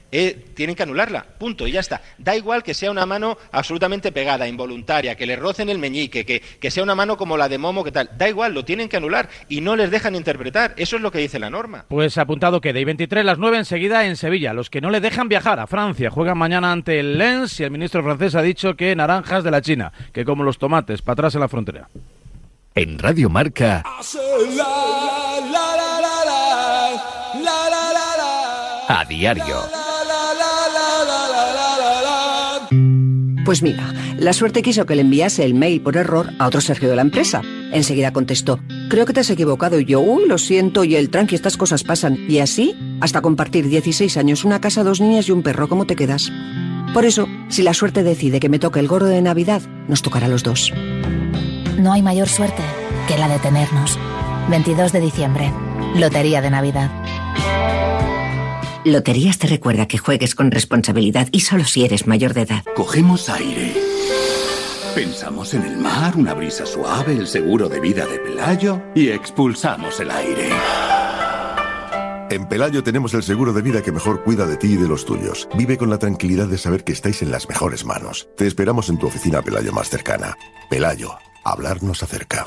eh, tienen que anularla, punto, y ya está. Da igual que sea una mano absolutamente pegada, involuntaria, que le rocen el meñique, que, que sea una mano como la de Momo, que tal, da igual, lo tienen que anular y no les dejan interpretar, eso es lo que dice la norma. Pues apuntado queda, y veintitrés las nueve enseguida en Sevilla, los que no le dejan viajar a Francia, juegan mañana ante el Lens y el ministro francés ha dicho que naranjas de la China, que como los tomates, para atrás en la frontera. En Radio Marca, a diario. Pues mira, la suerte quiso que le enviase el mail por error a otro Sergio de la empresa. Enseguida contestó, creo que te has equivocado, y yo, uy, lo siento, y el tranqui, estas cosas pasan. Y así, hasta compartir dieciséis años, una casa, dos niñas y un perro, ¿cómo te quedas? Por eso, si la suerte decide que me toque el gordo de Navidad, nos tocará a los dos. No hay mayor suerte que la de tenernos. veintidós de diciembre, Lotería de Navidad. Loterías te recuerda que juegues con responsabilidad y solo si eres mayor de edad. Cogemos aire. Pensamos en el mar, una brisa suave, el seguro de vida de Pelayo y expulsamos el aire. En Pelayo tenemos el seguro de vida que mejor cuida de ti y de los tuyos. Vive con la tranquilidad de saber que estáis en las mejores manos. Te esperamos en tu oficina Pelayo más cercana. Pelayo, hablar nos acerca.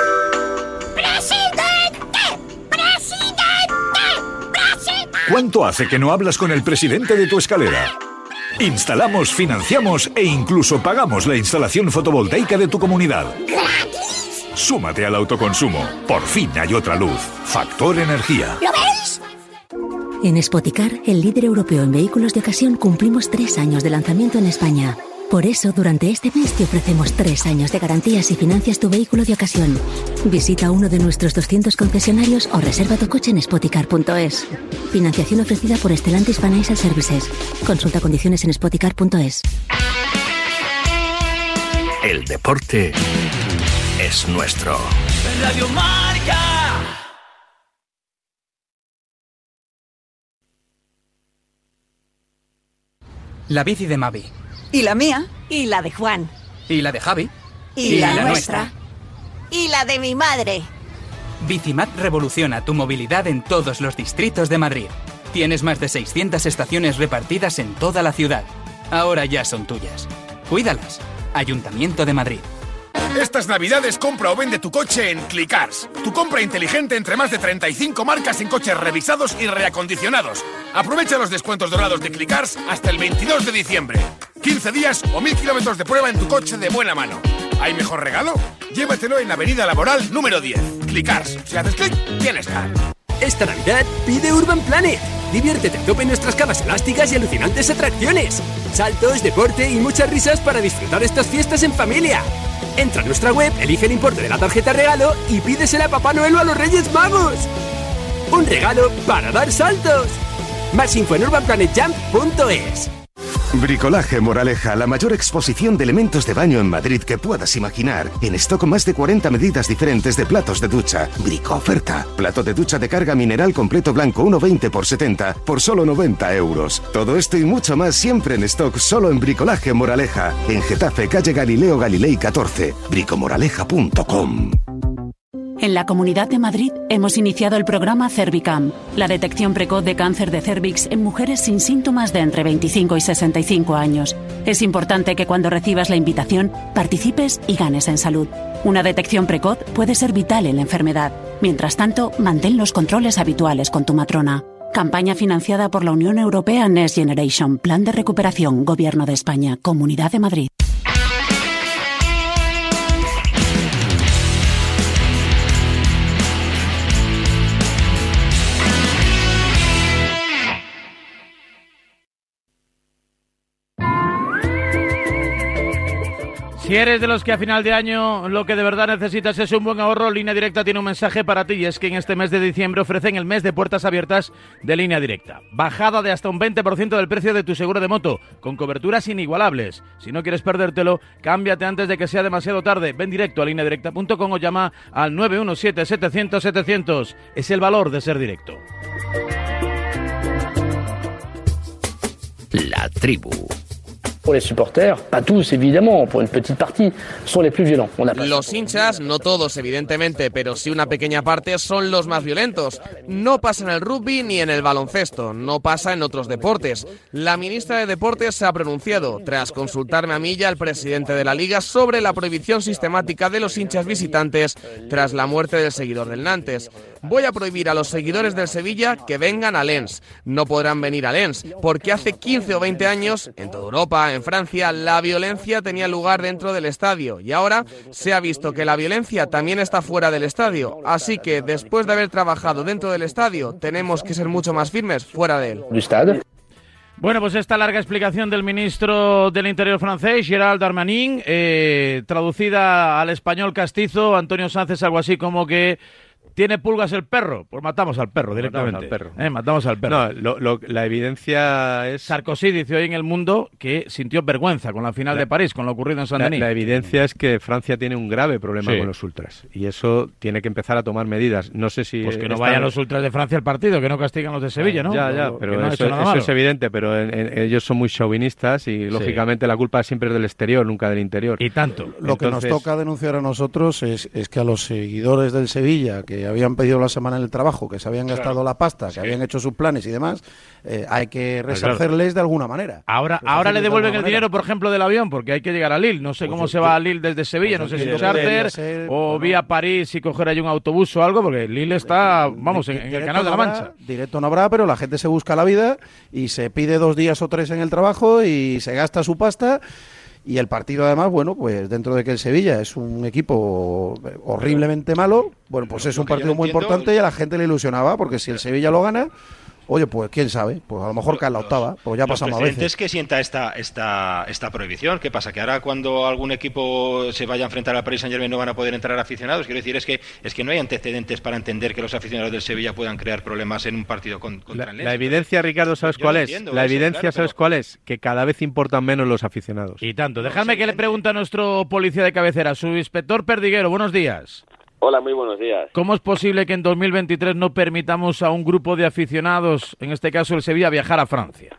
¿Cuánto hace que no hablas con el presidente de tu escalera? Instalamos, financiamos e incluso pagamos la instalación fotovoltaica de tu comunidad. ¡Gratis! Súmate al autoconsumo. Por fin hay otra luz. Factor Energía. ¿Lo veis? En Spoticar, el líder europeo en vehículos de ocasión, cumplimos tres años de lanzamiento en España. Por eso, durante este mes te ofrecemos tres años de garantías si financias tu vehículo de ocasión. Visita uno de nuestros doscientos concesionarios o reserva tu coche en spoticar punto es. Financiación ofrecida por Stellantis Financial Services. Consulta condiciones en spoticar punto es. El deporte es nuestro. Radio Marca. La bici de Mavi. ¿Y la mía? Y la de Juan. ¿Y la de Javi? ¿Y, y la, la nuestra? Y la de mi madre. Bicimat revoluciona tu movilidad en todos los distritos de Madrid. Tienes más de seiscientas estaciones repartidas en toda la ciudad. Ahora ya son tuyas. Cuídalas. Ayuntamiento de Madrid. Estas navidades compra o vende tu coche en Clicars. Tu compra inteligente entre más de treinta y cinco marcas en coches revisados y reacondicionados. Aprovecha los descuentos dorados de Clicars hasta el veintidós de diciembre. quince días o mil kilómetros de prueba en tu coche de buena mano. ¿Hay mejor regalo? Llévatelo en Avenida Laboral número diez. Clicars. Si haces clic, tienes car. Esta Navidad pide Urban Planet. Diviértete a tope en nuestras camas elásticas y alucinantes atracciones. Saltos, deporte y muchas risas para disfrutar estas fiestas en familia. Entra a nuestra web, elige el importe de la tarjeta regalo y pídesela a Papá Noel o a los Reyes Magos. Un regalo para dar saltos. Más info en urban planet jump punto es. Bricolaje Moraleja, la mayor exposición de elementos de baño en Madrid que puedas imaginar. En stock más de cuarenta medidas diferentes de platos de ducha. Brico oferta. Plato de ducha de carga mineral completo blanco uno veinte por setenta por solo noventa euros. Todo esto y mucho más siempre en stock solo en Bricolaje Moraleja. En Getafe, calle Galileo Galilei catorce. bricomoraleja punto com. En la Comunidad de Madrid hemos iniciado el programa Cervicam, la detección precoz de cáncer de cérvix en mujeres sin síntomas de entre veinticinco y sesenta y cinco años. Es importante que cuando recibas la invitación participes y ganes en salud. Una detección precoz puede ser vital en la enfermedad. Mientras tanto, mantén los controles habituales con tu matrona. Campaña financiada por la Unión Europea Next Generation, Plan de Recuperación, Gobierno de España, Comunidad de Madrid. Si eres de los que a final de año lo que de verdad necesitas es un buen ahorro, Línea Directa tiene un mensaje para ti, y es que en este mes de diciembre ofrecen el mes de puertas abiertas de Línea Directa. Bajada de hasta un veinte por ciento del precio de tu seguro de moto, con coberturas inigualables. Si no quieres perdértelo, cámbiate antes de que sea demasiado tarde. Ven directo a línea directa punto com o llama al nueve uno siete, setecientos, setecientos. Es el valor de ser directo. La tribu. Pour les supporters, pas tous évidemment, pour une petite partie, sont les plus violents. On a Los hinchas, no todos evidentemente, pero sí una pequeña parte, son los más violentos. No pasa en el rugby ni en el baloncesto, no pasa en otros deportes. La ministra de Deportes se ha pronunciado, tras consultarme a mí y al presidente de la Liga, sobre la prohibición sistemática de los hinchas visitantes tras la muerte del seguidor del Nantes. Voy a prohibir a los seguidores del Sevilla que vengan a Lens. No podrán venir a Lens, porque hace quince o veinte años, en toda Europa, en Francia, la violencia tenía lugar dentro del estadio y ahora se ha visto que la violencia también está fuera del estadio. Así que, después de haber trabajado dentro del estadio, tenemos que ser mucho más firmes fuera de él. Bueno, pues esta larga explicación del ministro del Interior francés, Gérald Darmanin, eh, traducida al español castizo, Antonio Sánchez, algo así como que ¿tiene pulgas el perro? Pues matamos al perro directamente. Matamos al perro. Eh, matamos al perro. No, lo, lo, la evidencia es... Sarkozy dice hoy en El Mundo que sintió vergüenza con la final la, de París, con lo ocurrido en Saint-Denis. La, la evidencia es que Francia tiene un grave problema sí. con los ultras. Y eso tiene que empezar a tomar medidas. No sé si... Pues que no están... vayan los ultras de Francia al partido, que no castigan los de Sevilla, ¿no? Ya, ya, o, pero no eso, eso es evidente. Pero en, en, ellos son muy chauvinistas y, lógicamente, sí. la culpa siempre es del exterior, nunca del interior. Y tanto. Lo Entonces... que nos toca denunciar a nosotros es, es que a los seguidores del Sevilla, que habían pedido la semana en el trabajo, que se habían gastado claro. la pasta, que sí. habían hecho sus planes y demás, eh, hay que resarcerles claro. de alguna manera. Ahora ahora le devuelven de el dinero, por ejemplo, del avión, porque hay que llegar a Lille. No sé pues cómo yo, se va a Lille desde Sevilla, pues no sé si es charter ser, o bueno. vía París y coger ahí un autobús o algo, porque Lille está, vamos, en, en el Canal de la Mancha. Habrá, directo no habrá, pero la gente se busca la vida y se pide dos días o tres en el trabajo y se gasta su pasta. Y el partido, además, bueno, pues dentro de que el Sevilla es un equipo horriblemente malo, bueno, pues es un partido muy importante y a la gente le ilusionaba, porque si el Sevilla lo gana, oye, pues quién sabe, pues a lo mejor cae la octava, pues ya pasamos a veces. Que sienta esta, esta, esta prohibición, ¿qué pasa? Que ahora cuando algún equipo se vaya a enfrentar al Paris Saint-Germain no van a poder entrar aficionados. Quiero decir, es que es que no hay antecedentes para entender que los aficionados del Sevilla puedan crear problemas en un partido con, contra la, el Lens. La evidencia, Ricardo, ¿sabes cuál es? Entiendo, la eso, evidencia, claro, ¿sabes pero... cuál es? Que cada vez importan menos los aficionados. Y tanto. Dejadme que le pregunte a nuestro policía de cabecera, su inspector Perdiguero. Buenos días. Hola, muy buenos días. ¿Cómo es posible que en dos mil veintitrés no permitamos a un grupo de aficionados, en este caso el Sevilla, viajar a Francia?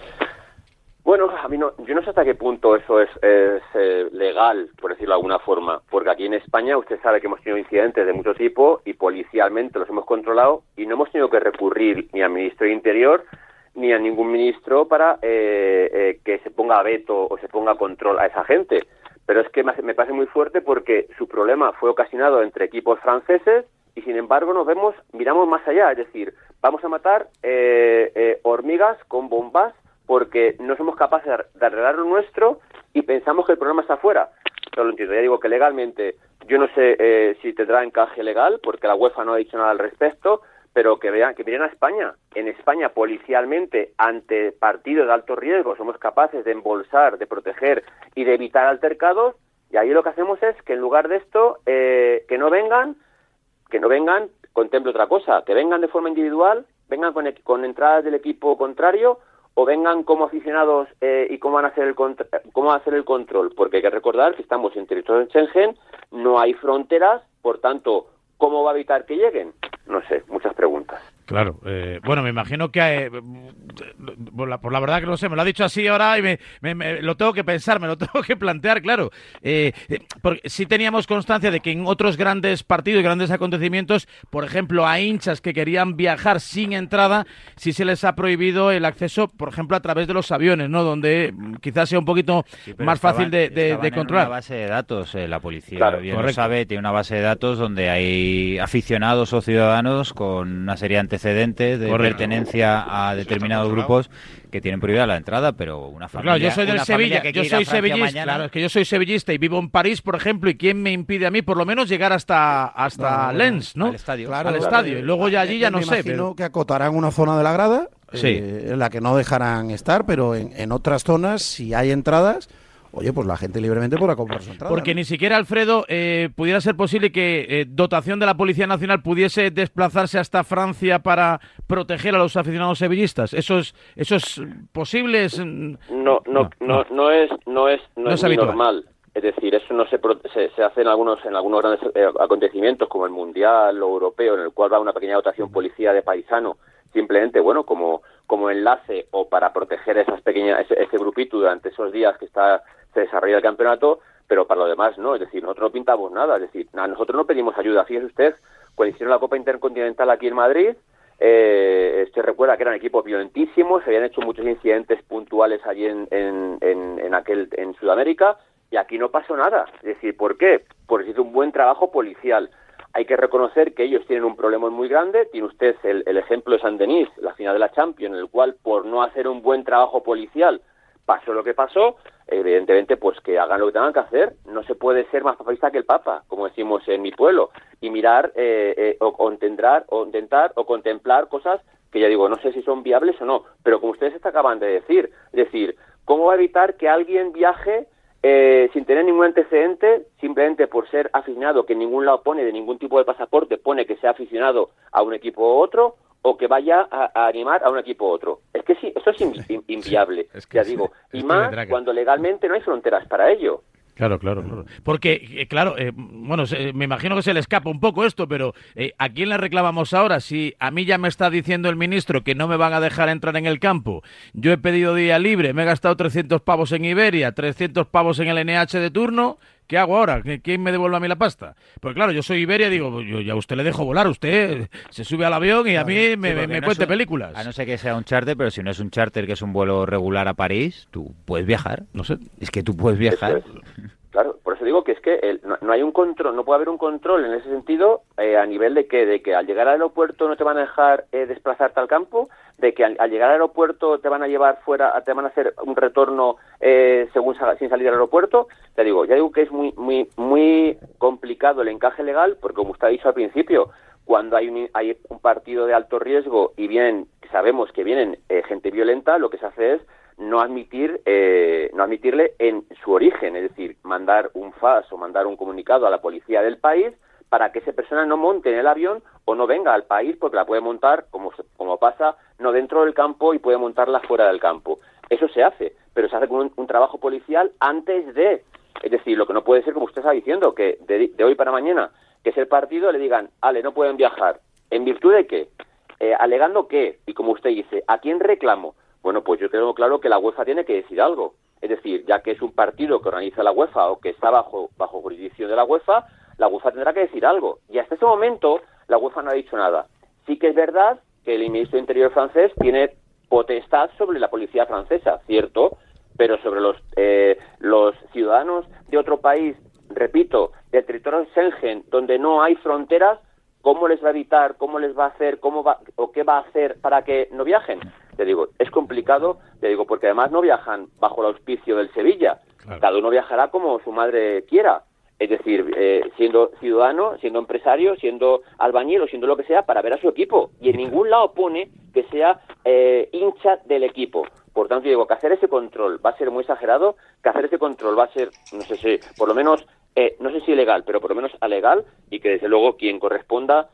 Bueno, a mí no, yo no sé hasta qué punto eso es, es eh, legal, por decirlo de alguna forma, porque aquí en España usted sabe que hemos tenido incidentes de mucho tipo y policialmente los hemos controlado y no hemos tenido que recurrir ni al Ministro de Interior ni a ningún ministro para eh, eh, que se ponga veto o se ponga control a esa gente. Pero es que me parece muy fuerte porque su problema fue ocasionado entre equipos franceses y, sin embargo, nos vemos, miramos más allá. Es decir, vamos a matar eh, eh, hormigas con bombas porque no somos capaces de arreglar lo nuestro y pensamos que el problema está afuera. Yo lo entiendo. Ya digo que legalmente yo no sé eh, si tendrá encaje legal porque la UEFA no ha dicho nada al respecto, pero que vean, que miren a España. En España, policialmente, ante partidos de alto riesgo, somos capaces de embolsar, de proteger y de evitar altercados, y ahí lo que hacemos es que en lugar de esto, eh, que no vengan, que no vengan, contemple otra cosa, que vengan de forma individual, vengan con, con entradas del equipo contrario, o vengan como aficionados eh, y cómo van a hacer el contra- cómo va a hacer el control, porque hay que recordar que estamos en territorio de Schengen, no hay fronteras, por tanto, ¿cómo va a evitar que lleguen? No sé, muchas preguntas. Claro, eh, bueno, me imagino que eh, por, la, por la verdad que no sé, me lo ha dicho así ahora y me, me, me lo tengo que pensar, me lo tengo que plantear, claro. Eh, eh, porque sí teníamos constancia de que en otros grandes partidos, grandes acontecimientos, por ejemplo, a hinchas que querían viajar sin entrada, sí se les ha prohibido el acceso, por ejemplo, a través de los aviones, ¿no? Donde quizás sea un poquito sí, más estaban, fácil de, de, de controlar. En una base de datos, eh, la policía, claro, bien lo sabe, tiene una base de datos donde hay aficionados o ciudadanos con una serie de antecedentes de Correcto. pertenencia a determinados grupos que tienen prohibida la entrada, pero una familia... Claro, yo soy del Sevilla, yo soy sevillista, claro, es que yo soy sevillista y vivo en París, por ejemplo, y ¿quién me impide a mí por lo menos llegar hasta hasta no, Lens, ¿no? Al estadio. Claro, al estadio, claro. Y luego ya allí ya no me sé. Imagino pero... que acotarán una zona de la grada, sí. eh, en la que no dejarán estar, pero en, en otras zonas, si hay entradas... Oye, pues la gente libremente podrá comprar su entrada. Porque ¿no? ni siquiera, Alfredo, eh, pudiera ser posible que eh, dotación de la Policía Nacional pudiese desplazarse hasta Francia para proteger a los aficionados sevillistas. ¿Eso es eso es posible? ¿Es... No, no, no, no, no es no es no, no es, es normal. Es decir, eso no se, se se hace en algunos en algunos grandes eh, acontecimientos como el mundial o europeo, en el cual va una pequeña dotación policía de paisano, simplemente, bueno, como como enlace o para proteger esas pequeñas, ese, ese grupito durante esos días que está se desarrolla el campeonato, pero para lo demás no, es decir, nosotros no pintamos nada, es decir, a nosotros no pedimos ayuda. Fíjese usted, cuando hicieron la Copa Intercontinental aquí en Madrid, eh, usted recuerda que eran equipos violentísimos, se habían hecho muchos incidentes puntuales allí en, en, en, en aquel en Sudamérica, y aquí no pasó nada. Es decir, ¿por qué? Porque se hizo un buen trabajo policial. Hay que reconocer que ellos tienen un problema muy grande. Tiene usted el, el ejemplo de Saint-Denis, la final de la Champions, en el cual, por no hacer un buen trabajo policial, pasó lo que pasó. Evidentemente, pues que hagan lo que tengan que hacer. No se puede ser más papista que el Papa, como decimos en mi pueblo, y mirar eh, eh, o, o, intentar, o intentar o contemplar cosas que ya digo, no sé si son viables o no, pero como ustedes acaban de decir, es decir, ¿cómo va a evitar que alguien viaje Eh, sin tener ningún antecedente, simplemente por ser aficionado, que en ningún lado pone, de ningún tipo de pasaporte, pone que sea aficionado a un equipo u otro, o que vaya a, a animar a un equipo u otro? Es que sí, eso es in, in, inviable, es que ya digo, sí, y más cuando legalmente no hay fronteras para ello. Claro, claro, claro. Porque, eh, claro, eh, bueno, se, me imagino que se le escapa un poco esto, pero eh, ¿a quién le reclamamos ahora? Si a mí ya me está diciendo el ministro que no me van a dejar entrar en el campo, yo he pedido día libre, me he gastado trescientos pavos en Iberia, trescientos pavos en el N H de turno, ¿qué hago ahora? ¿Quién me devuelve a mí la pasta? Pues claro, yo soy Iberia y digo, yo ya a usted le dejo volar, usted se sube al avión y a mí me, sí, me, me no cuente un, películas. A no ser que sea un charter, pero si no es un charter, que es un vuelo regular a París, tú puedes viajar. No sé. Es que tú puedes viajar. Claro, por eso digo que es que el, no, no hay un control, no puede haber un control en ese sentido eh, a nivel de que de que al llegar al aeropuerto no te van a dejar eh, desplazarte al campo, de que al, al llegar al aeropuerto te van a llevar fuera, te van a hacer un retorno eh, según sin salir del aeropuerto. Te digo, ya digo que es muy muy muy complicado el encaje legal, porque como usted ha dicho al principio, cuando hay un, hay un partido de alto riesgo y vienen, sabemos que vienen eh, gente violenta, lo que se hace es no admitir eh, no admitirle en su origen, es decir, mandar un fax o mandar un comunicado a la policía del país para que esa persona no monte en el avión o no venga al país, porque la puede montar, como, como pasa, no dentro del campo y puede montarla fuera del campo. Eso se hace, pero se hace con un, un trabajo policial antes de, es decir, lo que no puede ser, como usted está diciendo, que de, de hoy para mañana, que es el partido, le digan, ale, no pueden viajar. ¿En virtud de qué? Eh, ¿Alegando qué? Y como usted dice, ¿a quién reclamo? Bueno, pues yo creo claro que la UEFA tiene que decir algo. Es decir, ya que es un partido que organiza la UEFA o que está bajo bajo jurisdicción de la UEFA, la UEFA tendrá que decir algo. Y hasta ese momento la UEFA no ha dicho nada. Sí que es verdad que el ministro de Interior francés tiene potestad sobre la policía francesa, cierto, pero sobre los eh, los ciudadanos de otro país, repito, del territorio de Schengen, donde no hay fronteras, ¿cómo les va a evitar? ¿Cómo les va a hacer? ¿Cómo va o qué va a hacer para que no viajen? Te digo, es complicado, te digo, porque además no viajan bajo el auspicio del Sevilla. Claro. Cada uno viajará como su madre quiera. Es decir, eh, siendo ciudadano, siendo empresario, siendo albañil o siendo lo que sea, para ver a su equipo. Y en ningún lado pone que sea eh, hincha del equipo. Por tanto, yo digo que hacer ese control va a ser muy exagerado, que hacer ese control va a ser, no sé si, por lo menos, eh, no sé si ilegal, pero por lo menos alegal, y que desde luego quien corresponda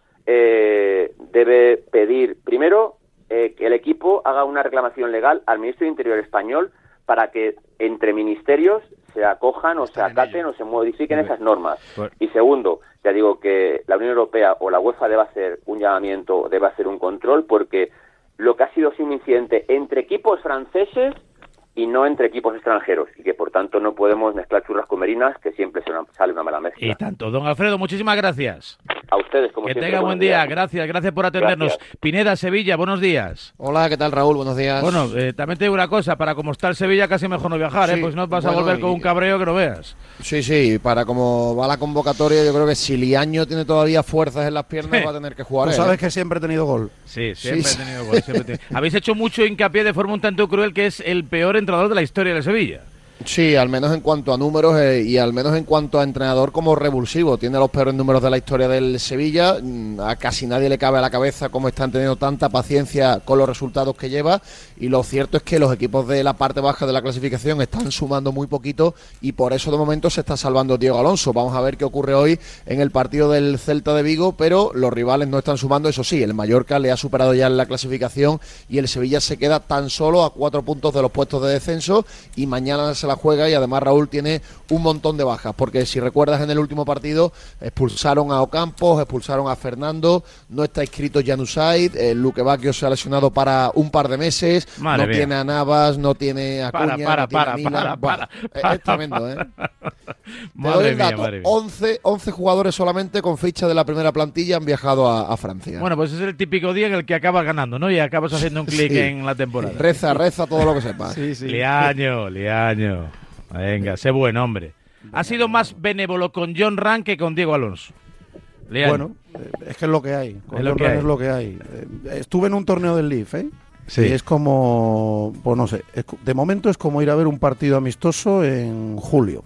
eh, debe pedir primero eh, que el equipo haga una reclamación legal al ministro de Interior español para que entre ministerios se acojan o se acaten o se modifiquen esas normas. Y segundo, ya digo que la Unión Europea o la UEFA debe hacer un llamamiento, debe hacer un control, porque lo que ha sido un incidente entre equipos franceses y no entre equipos extranjeros, y que por tanto no podemos mezclar churras con merinas, que siempre se una, sale una mala mezcla. Y tanto. Don Alfredo, muchísimas gracias. A ustedes, como que siempre. Que tenga buen día. Días. Gracias, gracias por atendernos. Gracias. Pineda, Sevilla, buenos días. Hola, ¿qué tal, Raúl? Buenos días. Bueno, eh, también te digo una cosa, para como está el Sevilla casi mejor no viajar, sí, ¿eh? Pues no vas bueno, a volver con y... un cabreo que no veas. Sí, sí, para como va la convocatoria, yo creo que si Liaño tiene todavía fuerzas en las piernas, sí. va a tener que jugar. Tú sabes ¿eh? que siempre he tenido gol. Sí, siempre sí. he tenido gol. Siempre he... Habéis hecho mucho hincapié de forma un tanto cruel que es el peor entrenador de la historia de Sevilla. Sí, al menos en cuanto a números eh, y al menos en cuanto a entrenador como revulsivo. Tiene los peores números de la historia del Sevilla. A casi nadie le cabe a la cabeza cómo están teniendo tanta paciencia con los resultados que lleva. Y lo cierto es que los equipos de la parte baja de la clasificación están sumando muy poquito y por eso de momento se está salvando Diego Alonso. Vamos a ver qué ocurre hoy en el partido del Celta de Vigo, pero los rivales no están sumando. Eso sí, el Mallorca le ha superado ya en la clasificación y el Sevilla se queda tan solo a cuatro puntos de los puestos de descenso y mañana se la juega, y además Raúl tiene un montón de bajas, porque si recuerdas en el último partido expulsaron a Ocampos, expulsaron a Fernando, no está inscrito Januzaj, eh, Luque Bacchio se ha lesionado para un par de meses, Madre no mía. tiene a Navas, no tiene a Para, Acuña, para, no tiene para, a Milan. para, Bueno, para, es tremendo, ¿eh? Te Madre doy el mía, dato, madre mía. once, once jugadores solamente con ficha de la primera plantilla han viajado a, a Francia. Bueno, pues es el típico día en el que acabas ganando, ¿no? Y acabas haciendo un clic Sí. en la temporada. Reza, reza todo lo que sepas. Liaño, Liaño. Venga, sé buen hombre. Ha sido más benévolo con John Ram que con Diego Alonso. Liaño. Bueno, eh, es que es lo que hay. Con Es lo John que Ram hay. es lo que hay. Eh, estuve en un torneo del Leaf, ¿eh? Sí. Y es como, pues no sé, es co- de momento es como ir a ver un partido amistoso en julio.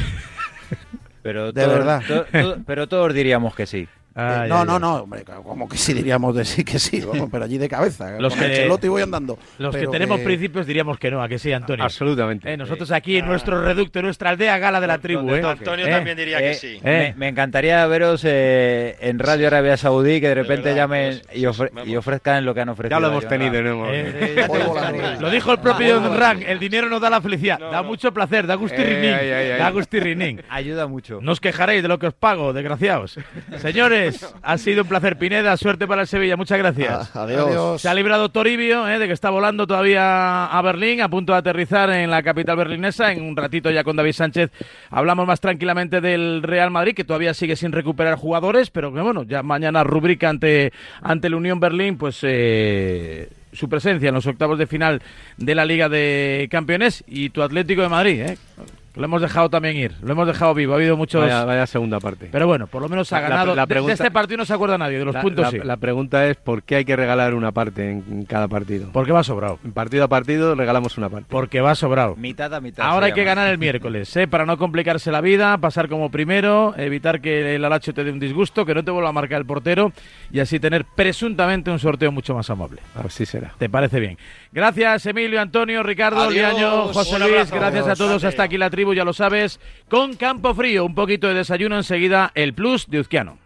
Pero De todos- verdad. to- to- pero todos diríamos que sí. Eh, no, no, no, hombre, como que sí diríamos de sí que sí, vamos, pero allí de cabeza. Los Con que- Ancelotti voy andando. Los que Pero tenemos principios diríamos que no, a que sí, Antonio. Absolutamente. Eh, nosotros aquí en nuestro reducto, en nuestra aldea gala de la tribu, ¿eh? Antonio Eh, también diría Eh, que sí. Eh. Me, me encantaría veros eh, en Radio Arabia Saudí, que de repente verdad, llamen pues, y, ofre- y ofrezcan lo que han ofrecido. Ya lo a hemos John tenido, Ram. no hemos. Eh, eh, Polvo la nieve. Lo dijo el propio John Ram, el dinero no da la felicidad, da mucho placer, da gustirrinín, Eh, ay, ay, ay. da gustirrinín. Ayuda mucho. No os quejaréis de lo que os pago, desgraciados. Señores, ha sido un placer, Pineda, suerte para el Sevilla, muchas gracias. Ah, adiós. Adiós. Se ha librado Toribio, eh, de que está volando todavía a Berlín, a punto de aterrizar en la capital berlinesa. En un ratito ya con David Sánchez hablamos más tranquilamente del Real Madrid, que todavía sigue sin recuperar jugadores, pero que bueno, ya mañana rubrica ante, ante el Unión Berlín, pues eh, su presencia en los octavos de final de la Liga de Campeones, y tu Atlético de Madrid, eh. Lo hemos dejado también ir, lo hemos dejado vivo, ha habido muchos... Vaya, vaya segunda parte. Pero bueno, por lo menos ha La- la- ganado. la De- pregunta- de este partido no se acuerda nadie, de los La, puntos la- sí. la pregunta es ¿por qué hay que regalar una parte en, en cada partido? Porque va sobrado. En partido a partido regalamos una parte. Porque va sobrado. Mitad a mitad. Ahora se hay que llama. ganar el miércoles, ¿eh? Para no complicarse la vida, pasar como primero, evitar que el Alacho te dé un disgusto, que no te vuelva a marcar el portero y así tener presuntamente un sorteo mucho más amable. Así será. ¿Te parece bien? Gracias, Emilio, Antonio, Ricardo, Adiós, Liaño, José un Luis. abrazo. Gracias a todos. Grande. Hasta aquí la tribu, ya lo sabes. Con Campo Frío, un poquito de desayuno enseguida, el plus de Uzquiano.